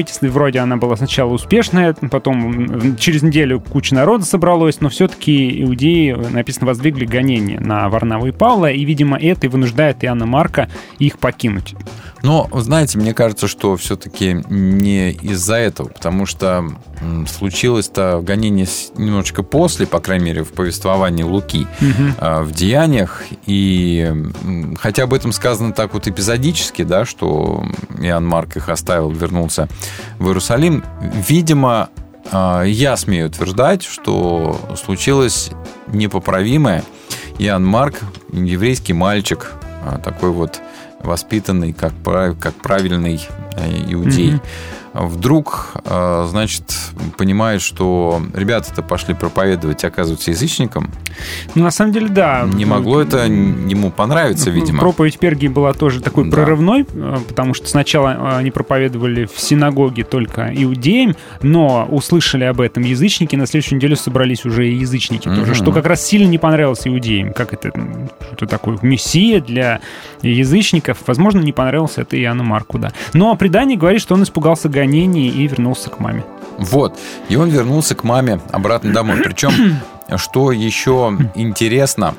строительстве. Вроде она была сначала успешная, потом через неделю куча народа собралось, но все-таки иудеи, написано, воздвигли гонения на Варнаву и Павла, и, видимо, это и вынуждает Иоанна Марка их покинуть. Но, знаете, мне кажется, что все-таки не из-за этого, потому что случилось-то гонение немножечко после, по крайней мере, в повествовании Луки, в Деяниях, и хотя об этом сказано так вот эпизодически, да, что Иоанн Марк их оставил, вернулся в Иерусалим, видимо, я смею утверждать, что случилось непоправимое. Иоанн Марк, еврейский мальчик, такой вот воспитанный, как правильный иудей, вдруг, значит, понимает, что ребята-то пошли проповедовать, оказывается, язычникам. Ну, на самом деле, да. Не могло это ему понравиться, видимо. Проповедь Пергии была тоже такой прорывной, потому что сначала они проповедовали в синагоге только иудеям, но услышали об этом язычники, на следующую неделю собрались уже и язычники тоже, что как раз сильно не понравилось иудеям. Как это? Что такое мессия для язычников? Возможно, не понравился это Иоанну Марку, да. Но предание говорит, что он испугался гонений и вернулся к маме. Вот. И он вернулся к маме обратно домой. Причем, что еще интересно,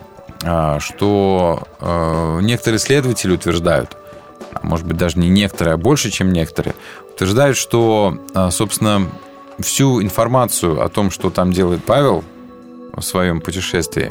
что некоторые исследователи утверждают, может быть, даже не некоторые, а больше, чем некоторые, утверждают, что, собственно, всю информацию о том, что там делает Павел в своем путешествии,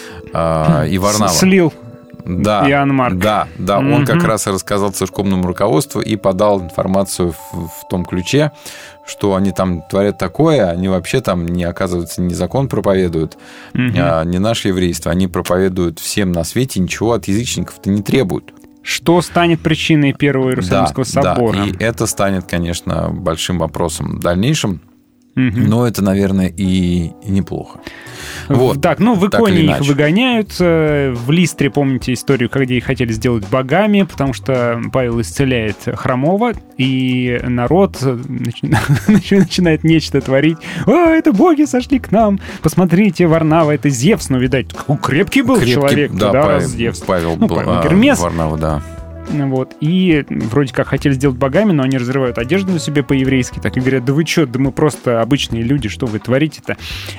и Варнава... Слил. Да, Иоанн Марк. Да, он как раз и рассказал церковному руководству и подал информацию в том ключе, что они там творят такое, они вообще там не, оказывается, не закон проповедуют, не наше еврейство, они проповедуют всем на свете, ничего от язычников-то не требуют. Что станет причиной Первого Иерусалимского собора? Да, и это станет, конечно, большим вопросом в дальнейшем, но это, наверное, и неплохо. Вот. Так, ну в Иконе их выгоняют. В Листре, помните историю, когда их хотели сделать богами, потому что Павел исцеляет хромого, и народ начинает нечто творить. О, это боги сошли к нам. Посмотрите, Варнава, это Зевс. Ну, видать, какой крепкий был человек. Да, раз Зевс. Павел был Гермес. Варнава, да. Вот. И вроде как хотели сделать богами, но они разрывают одежду на себе по-еврейски, так и говорят: да вы что, да мы просто обычные люди, что вы творите-то?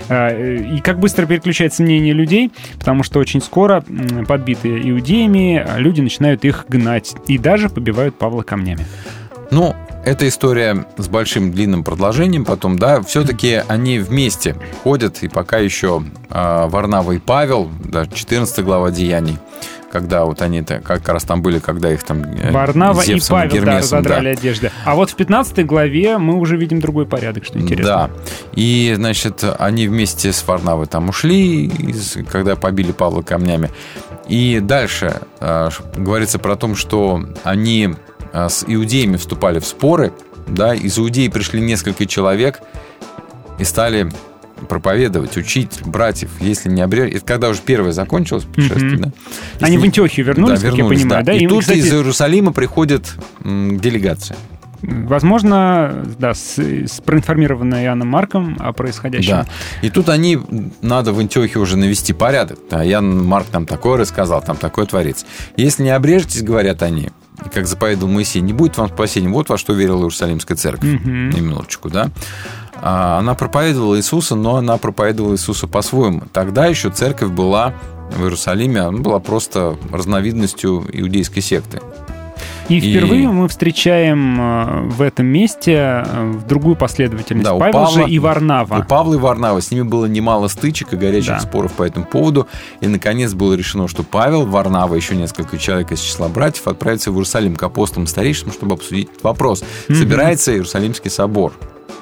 И как быстро переключается мнение людей, потому что очень скоро, подбитые иудеями, люди начинают их гнать и даже побивают Павла камнями. Ну, эта история с большим длинным продолжением потом, да, все-таки они вместе ходят, и пока еще Варнава и Павел, да, 14 глава Деяний, когда вот они как раз там были, когда их там Варнава и Павел, Гермесом, да, разодрали одежды. А вот в 15 главе мы уже видим другой порядок, что интересно. Да, и, значит, они вместе с Варнавой там ушли, когда побили Павла камнями. И дальше говорится про то, что они с иудеями вступали в споры, да, из иудеи пришли несколько человек и стали проповедовать, учить братьев, если не обрежь. Это когда уже первое закончилось путешествие, да? Они в Антиохию вернулись, да, как я понимаю, да? И тут, кстати, из Иерусалима приходит делегация. Возможно, да, проинформированная Иоанном Марком о происходящем. Да. И тут они, надо в Антиохии уже навести порядок. Да, Иоанн Марк там такое рассказал, там такое творится. Если не обрежетесь, говорят они, как заповедовал Моисей, не будет вам спасения. Вот во что верила Иерусалимская церковь. Немножечко, да. Она проповедовала Иисуса, но она проповедовала Иисуса по-своему. Тогда еще церковь была в Иерусалиме, она была просто разновидностью иудейской секты. И впервые мы встречаем в этом месте другую последовательность. Да, Павел же и Варнава. У Павла и Варнава. С ними было немало стычек и горячих споров по этому поводу. И, наконец, было решено, что Павел, Варнава, еще несколько человек из числа братьев отправятся в Иерусалим к апостолам старейшинам, чтобы обсудить этот вопрос. Собирается Иерусалимский собор.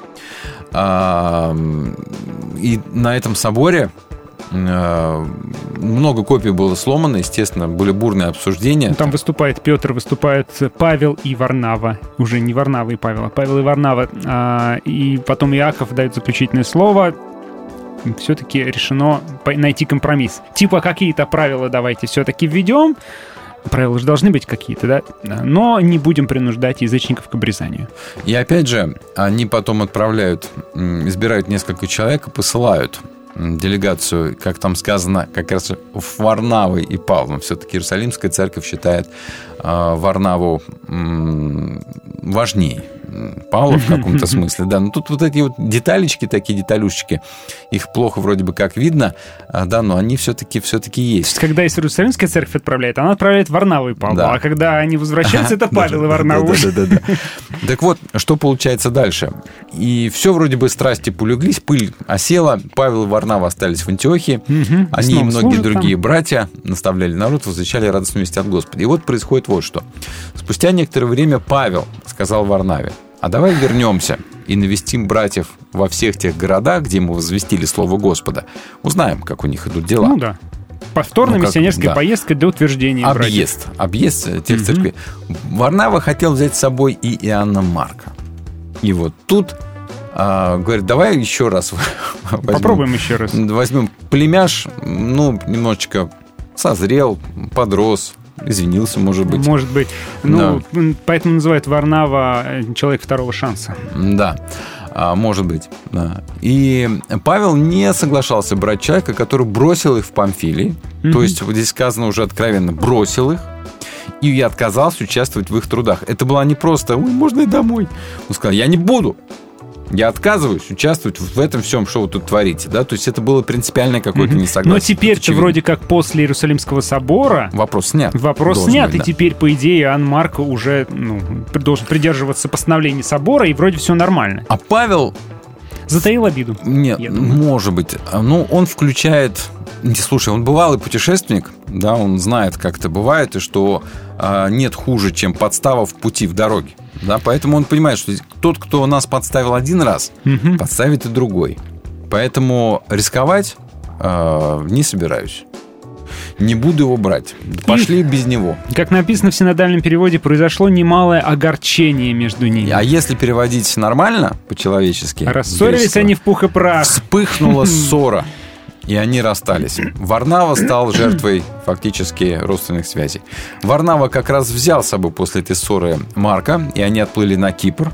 И на этом соборе много копий было сломано, естественно, были бурные обсуждения. Там выступает Петр, выступают Павел и Варнава. Уже не Варнава и Павел, а Павел и Варнава. И потом Иаков дает заключительное слово. Все-таки решено найти компромисс. Типа какие-то правила давайте все-таки введем. Правила же должны быть какие-то, да? Но не будем принуждать язычников к обрезанию. И опять же, они потом избирают несколько человек и посылают делегацию, как там сказано, как раз в Варнавы и Павлом. Все-таки Иерусалимская церковь считает Варнаву важнее, Павла в каком-то смысле, да. Но тут вот эти вот деталечки, такие деталюшечки, их плохо вроде бы как видно, да, но они все-таки есть. Когда Иерусалимская церковь отправляет, она отправляет Варнаву и Павла, да. А когда они возвращаются, это Павел и Варнава. Да. Так вот, что получается дальше? И все вроде бы страсти полеглись, пыль осела, Павел и Варнава остались в Антиохии, они и многие другие братья наставляли народ, возвещали радостную весть от Господа. И вот происходит вот что. Спустя некоторое время Павел сказал Варнаве: а давай вернемся и навестим братьев во всех тех городах, где мы возвестили слово Господа. Узнаем, как у них идут дела. Ну да. Повторная миссионерская поездка для утверждения братьев. Объезд тех церквей. Варнава хотел взять с собой и Иоанна Марка. И вот тут говорит, давай еще раз попробуем еще раз. Возьмем племяш, немножечко созрел, подрос, извинился, может быть. Может быть. Да. Поэтому называют Варнава человек второго шанса. Да, может быть. Да. И Павел не соглашался брать человека, который бросил их в Памфилии. То есть, вот здесь сказано уже откровенно, бросил их. И я отказался участвовать в их трудах. Это было не просто, можно и домой. Он сказал, я не буду. Я отказываюсь участвовать в этом всем, что вы тут творите. Да? То есть это было принципиальное какое-то несогласие. Но теперь-то вроде как после Иерусалимского собора вопрос снят. Быть, и теперь, по идее, Иоанн Марк уже должен придерживаться постановлений собора, и вроде все нормально. А Павел затаил обиду. Нет, может быть. Он включает... Слушай, он бывалый путешественник, да, он знает, как это бывает, и что нет хуже, чем подстава в пути, в дороге. Да, поэтому он понимает, что тот, кто нас подставил один раз, подставит и другой. Поэтому рисковать не собираюсь. Не буду его брать. Пошли без него. Как написано в синодальном переводе, произошло немалое огорчение между ними. А если переводить нормально, по-человечески... Рассорились они в пух и прах. Вспыхнула ссора. И они расстались. Варнава стал жертвой фактически родственных связей. Варнава как раз взял с собой после этой ссоры Марка, и они отплыли на Кипр.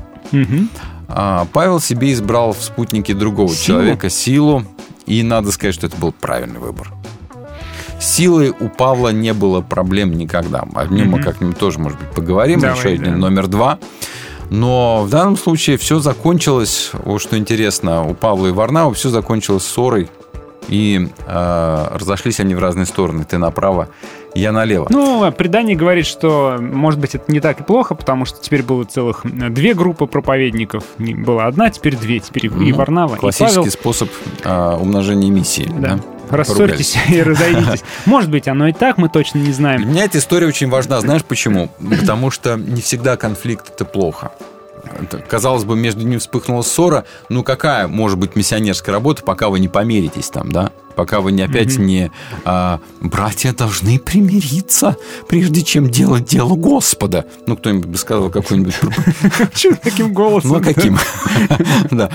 А Павел себе избрал в спутнике другого человека, Силу. И надо сказать, что это был правильный выбор. С Силой у Павла не было проблем никогда. О нем мы как-нибудь тоже, может быть, поговорим. Еще один номер 2. Но в данном случае все закончилось, вот что интересно, у Павла и Варнавы все закончилось ссорой. И разошлись они в разные стороны. Ты направо, я налево. Предание говорит, что, может быть, это не так и плохо, потому что теперь было целых 2 группы проповедников. Была одна, теперь 2. Теперь и Варнава, и Павел. Классический способ умножения миссии. Да. Рассорьтесь и разойдитесь. Может быть, оно и так, мы точно не знаем. Для меня эта история очень важна. Знаешь почему? Потому что не всегда конфликт – это плохо. Казалось бы, между ними вспыхнула ссора. Какая может быть миссионерская работа, пока вы не помиритесь там, да? Пока вы опять не... братья должны примириться, прежде чем делать дело Господа. Кто-нибудь бы сказал какой-нибудь... Чего таким голосом? Каким? Да.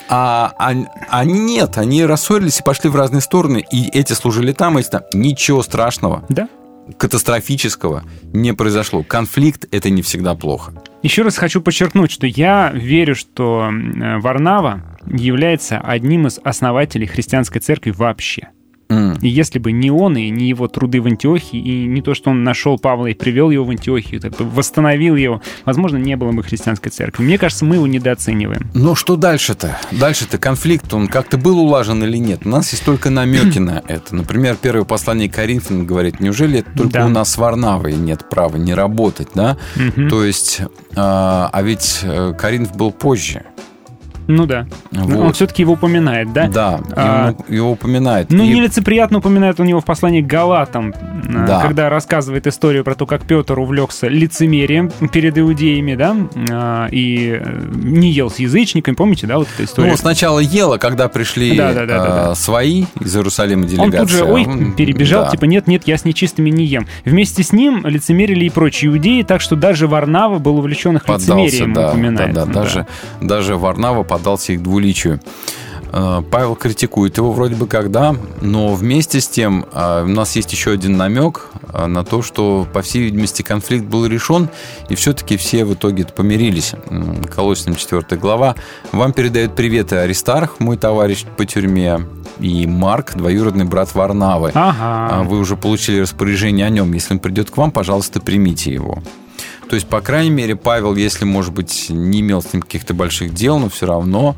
А нет, они рассорились и пошли в разные стороны. И эти служили там, эти там. Ничего страшного. Да. Катастрофического не произошло. Конфликт – это не всегда плохо. Еще раз хочу подчеркнуть, что я верю, что Варнава является одним из основателей христианской церкви вообще. И если бы не он, и не его труды в Антиохии, и не то, что он нашел Павла и привел его в Антиохию, восстановил его, возможно, не было бы христианской церкви. Мне кажется, мы его недооцениваем. Но что дальше-то? Дальше-то конфликт, он как-то был улажен или нет? У нас есть только намеки на это. Например, первое послание к Коринфянам говорит, неужели это только у нас с Варнавой нет права не работать, да? То есть, а ведь Коринф был позже. Да. Вот. Он все-таки его упоминает, да? Да, его упоминает. Нелицеприятно упоминает он его в послании к Галатам, когда рассказывает историю про то, как Петр увлекся лицемерием перед иудеями, да, и не ел с язычниками, помните, да, вот эта история? Сначала ел, а когда пришли свои из Иерусалима делегации. Он тут же, перебежал, нет, я с нечистыми не ем. Вместе с ним лицемерили и прочие иудеи, так что даже Варнава был увлечен их лицемерием, упоминает. Даже Варнава поддался их двуличию. Павел критикует его вроде бы когда, но вместе с тем у нас есть еще один намек на то, что, по всей видимости, конфликт был решен, и все-таки все в итоге помирились. Колоссянам 4 глава. Вам передает приветы Аристарх, мой товарищ по тюрьме, и Марк, двоюродный брат Варнавы. Вы уже получили распоряжение о нем. Если он придет к вам, пожалуйста, примите его. То есть, по крайней мере, Павел, если, может быть, не имел с ним каких-то больших дел, но все равно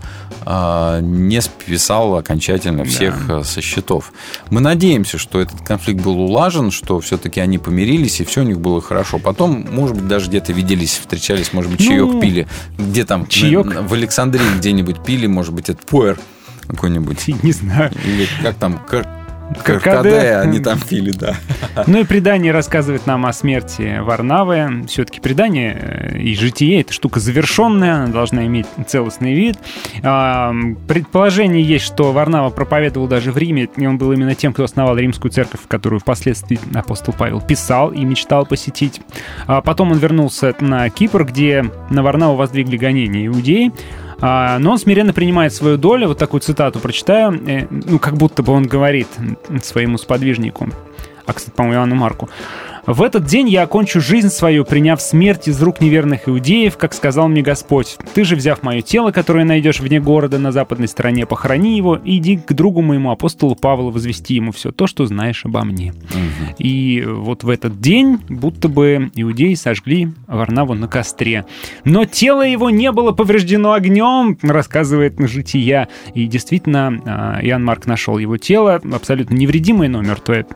не списал окончательно всех со счетов. Мы надеемся, что этот конфликт был улажен, что все-таки они помирились, и все у них было хорошо. Потом, может быть, даже где-то виделись, встречались, может быть, чаек пили. Где там? Чаек? В Александрии где-нибудь пили, может быть, это пуэр какой-нибудь. Не знаю. Или как там... Каркаде, они там пили, да. Ну и предание рассказывает нам о смерти Варнавы. Все-таки предание и житие — это штука завершенная, она должна иметь целостный вид. Предположение есть, что Варнава проповедовал даже в Риме, и он был именно тем, кто основал римскую церковь, которую впоследствии апостол Павел писал и мечтал посетить. Потом он вернулся на Кипр, где на Варнаву воздвигли гонения иудеи. Но он смиренно принимает свою долю. Вот такую цитату прочитаю. Ну, как будто бы он говорит своему сподвижнику, кстати, по-моему, Иоанну Марку: «В этот день я окончу жизнь свою, приняв смерть из рук неверных иудеев, как сказал мне Господь. Ты же, взяв мое тело, которое найдешь вне города на западной стороне, похорони его и иди к другу моему, апостолу Павлу, возвести ему все то, что знаешь обо мне». И вот в этот день будто бы иудеи сожгли Варнаву на костре. Но тело его не было повреждено огнем, рассказывает Жития. И действительно, Иоанн Марк нашел его тело, абсолютно невредимое, но мертвое.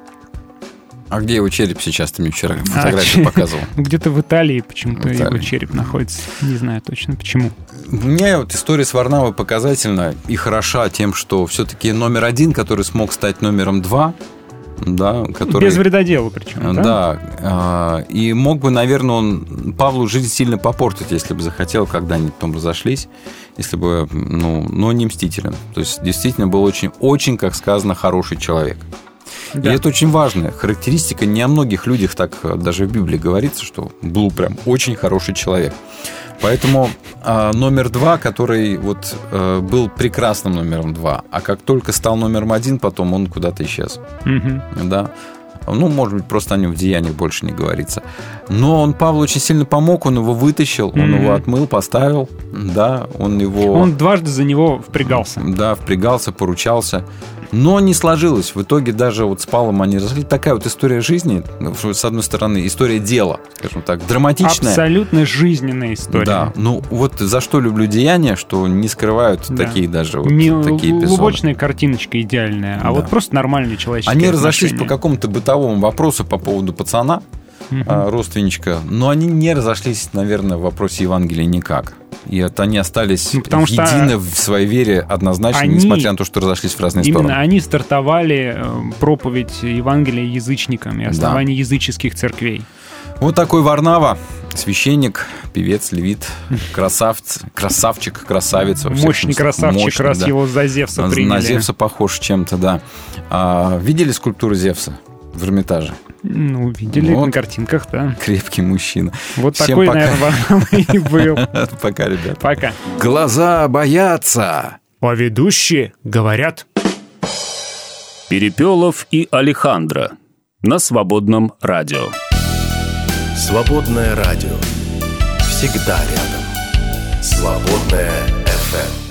А где его череп сейчас? Ты мне вчера фотографию показывал. Где-то в Италии почему-то его череп находится. Не знаю точно почему. Мне вот история с Варнавой показательна и хороша тем, что все-таки номер 1, который смог стать номером 2, да, который... Без вредодела причем, да? Да. И мог бы, наверное, он Павлу жизнь сильно попортить, если бы захотел, когда они потом разошлись, если бы, но не мстителен. То есть действительно был очень, очень, как сказано, хороший человек. Да. И это очень важная характеристика. Не о многих людях так даже в Библии говорится, что был прям очень хороший человек. Поэтому номер 2, который вот был прекрасным номером 2, а как только стал номером 1, потом он куда-то исчез. Да. Ну, может быть, просто о нем в Деяниях больше не говорится. Но он Павлу очень сильно помог, он его вытащил, он его отмыл, поставил, да, он дважды за него впрягался. Да, впрягался, поручался. Но не сложилось. В итоге даже вот с Павлом они разошлись. Такая вот история жизни, с одной стороны, история дела, скажем так, драматичная. Абсолютно жизненная история. Да, ну вот за что люблю Деяния, что не скрывают такие даже вот не такие эпизоды. Глубочная картиночка идеальная, а вот просто нормальные человеческие Они отношения. разошлись по какому-то бытовому вопросу по поводу пацана, родственничка, но они не разошлись, наверное, в вопросе Евангелия никак. И вот они остались едины в своей вере однозначно, несмотря на то, что разошлись в разные стороны. Именно они стартовали проповедь Евангелия язычникам и основание языческих церквей. Вот такой Варнава, священник, певец, левит, красавчик, красавец. Мощный красавчик, мощный, раз его за Зевса приняли. На Зевса похож чем-то, да. Видели скульптуру Зевса в Эрмитаже? Ну, видели на картинках, да. Крепкий мужчина. Вот всем такой, пока. Наверное, и был. Пока, ребят. Пока. Глаза боятся, а ведущие говорят. Перепелов и Алехандро на Свободном радио. Свободное радио. Всегда рядом. Свободное FM.